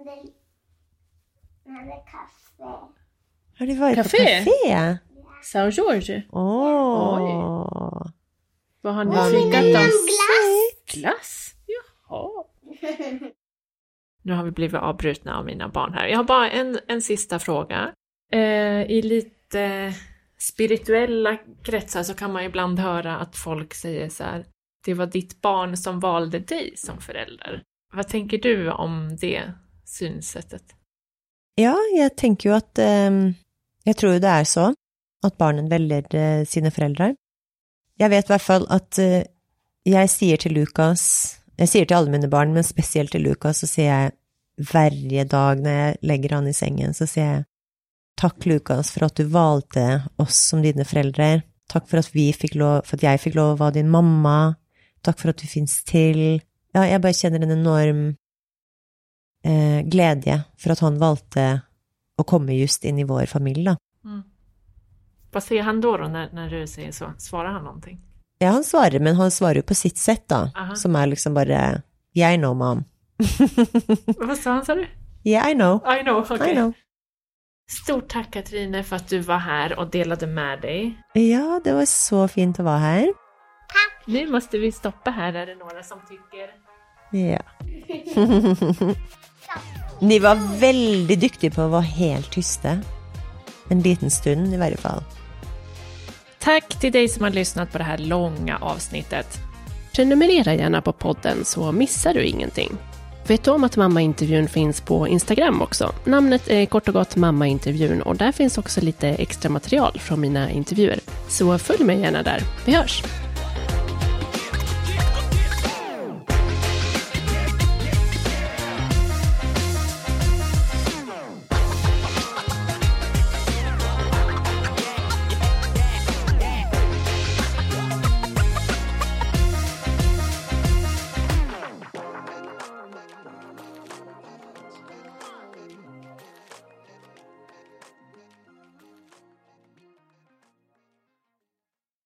Har ni varit på café? Sao Jorge. Åh. Vad har ni fikat då? Glass? Jaha. Nu har vi blivit avbrutna av mina barn här. Jag har bara en sista fråga. I lite spirituella kretsar så kan man ibland höra att folk säger så här: det var ditt barn som valde dig som förälder. Vad tänker du om det synsättet? Ja, jag tänker ju att jag tror det är så att barnen väljer sina föräldrar. Jag vet i alla fall att jag säger till Lukas, jag säger till alla mina barn, men speciellt till Lukas, så säger jag varje dag när jag lägger han i sängen, så säger jag: tack Lukas för att du valde oss som dina föräldrar. Tack för att jag fick lov att vara din mamma. Tack för att du finns till. Ja, jag bara känner en enorm glädje för att han valde att komma just in i vår familj då. Vad säger han då när du säger så? Svarar han någonting? Ja, han svarar, men han svarar ju på sitt sätt då. Aha. Som är liksom bara, yeah, I know mom. Vad sa han, sa du? Yeah, I know. I know, okej. I know. Stort tack Katrine för att du var här och delade med dig. Ja, det var så fint att vara här. Tack. Nu måste vi stoppa här, är det några som tycker. Ja. Ni var väldigt duktiga på att vara helt tysta. En liten stund i varje fall. Tack till dig som har lyssnat på det här långa avsnittet. Prenumerera gärna på podden så missar du ingenting. Vet du om att Mamma-intervjun finns på Instagram också? Namnet är kort och gott Mamma-intervjun, och där finns också lite extra material från mina intervjuer. Så följ mig gärna där. Vi hörs!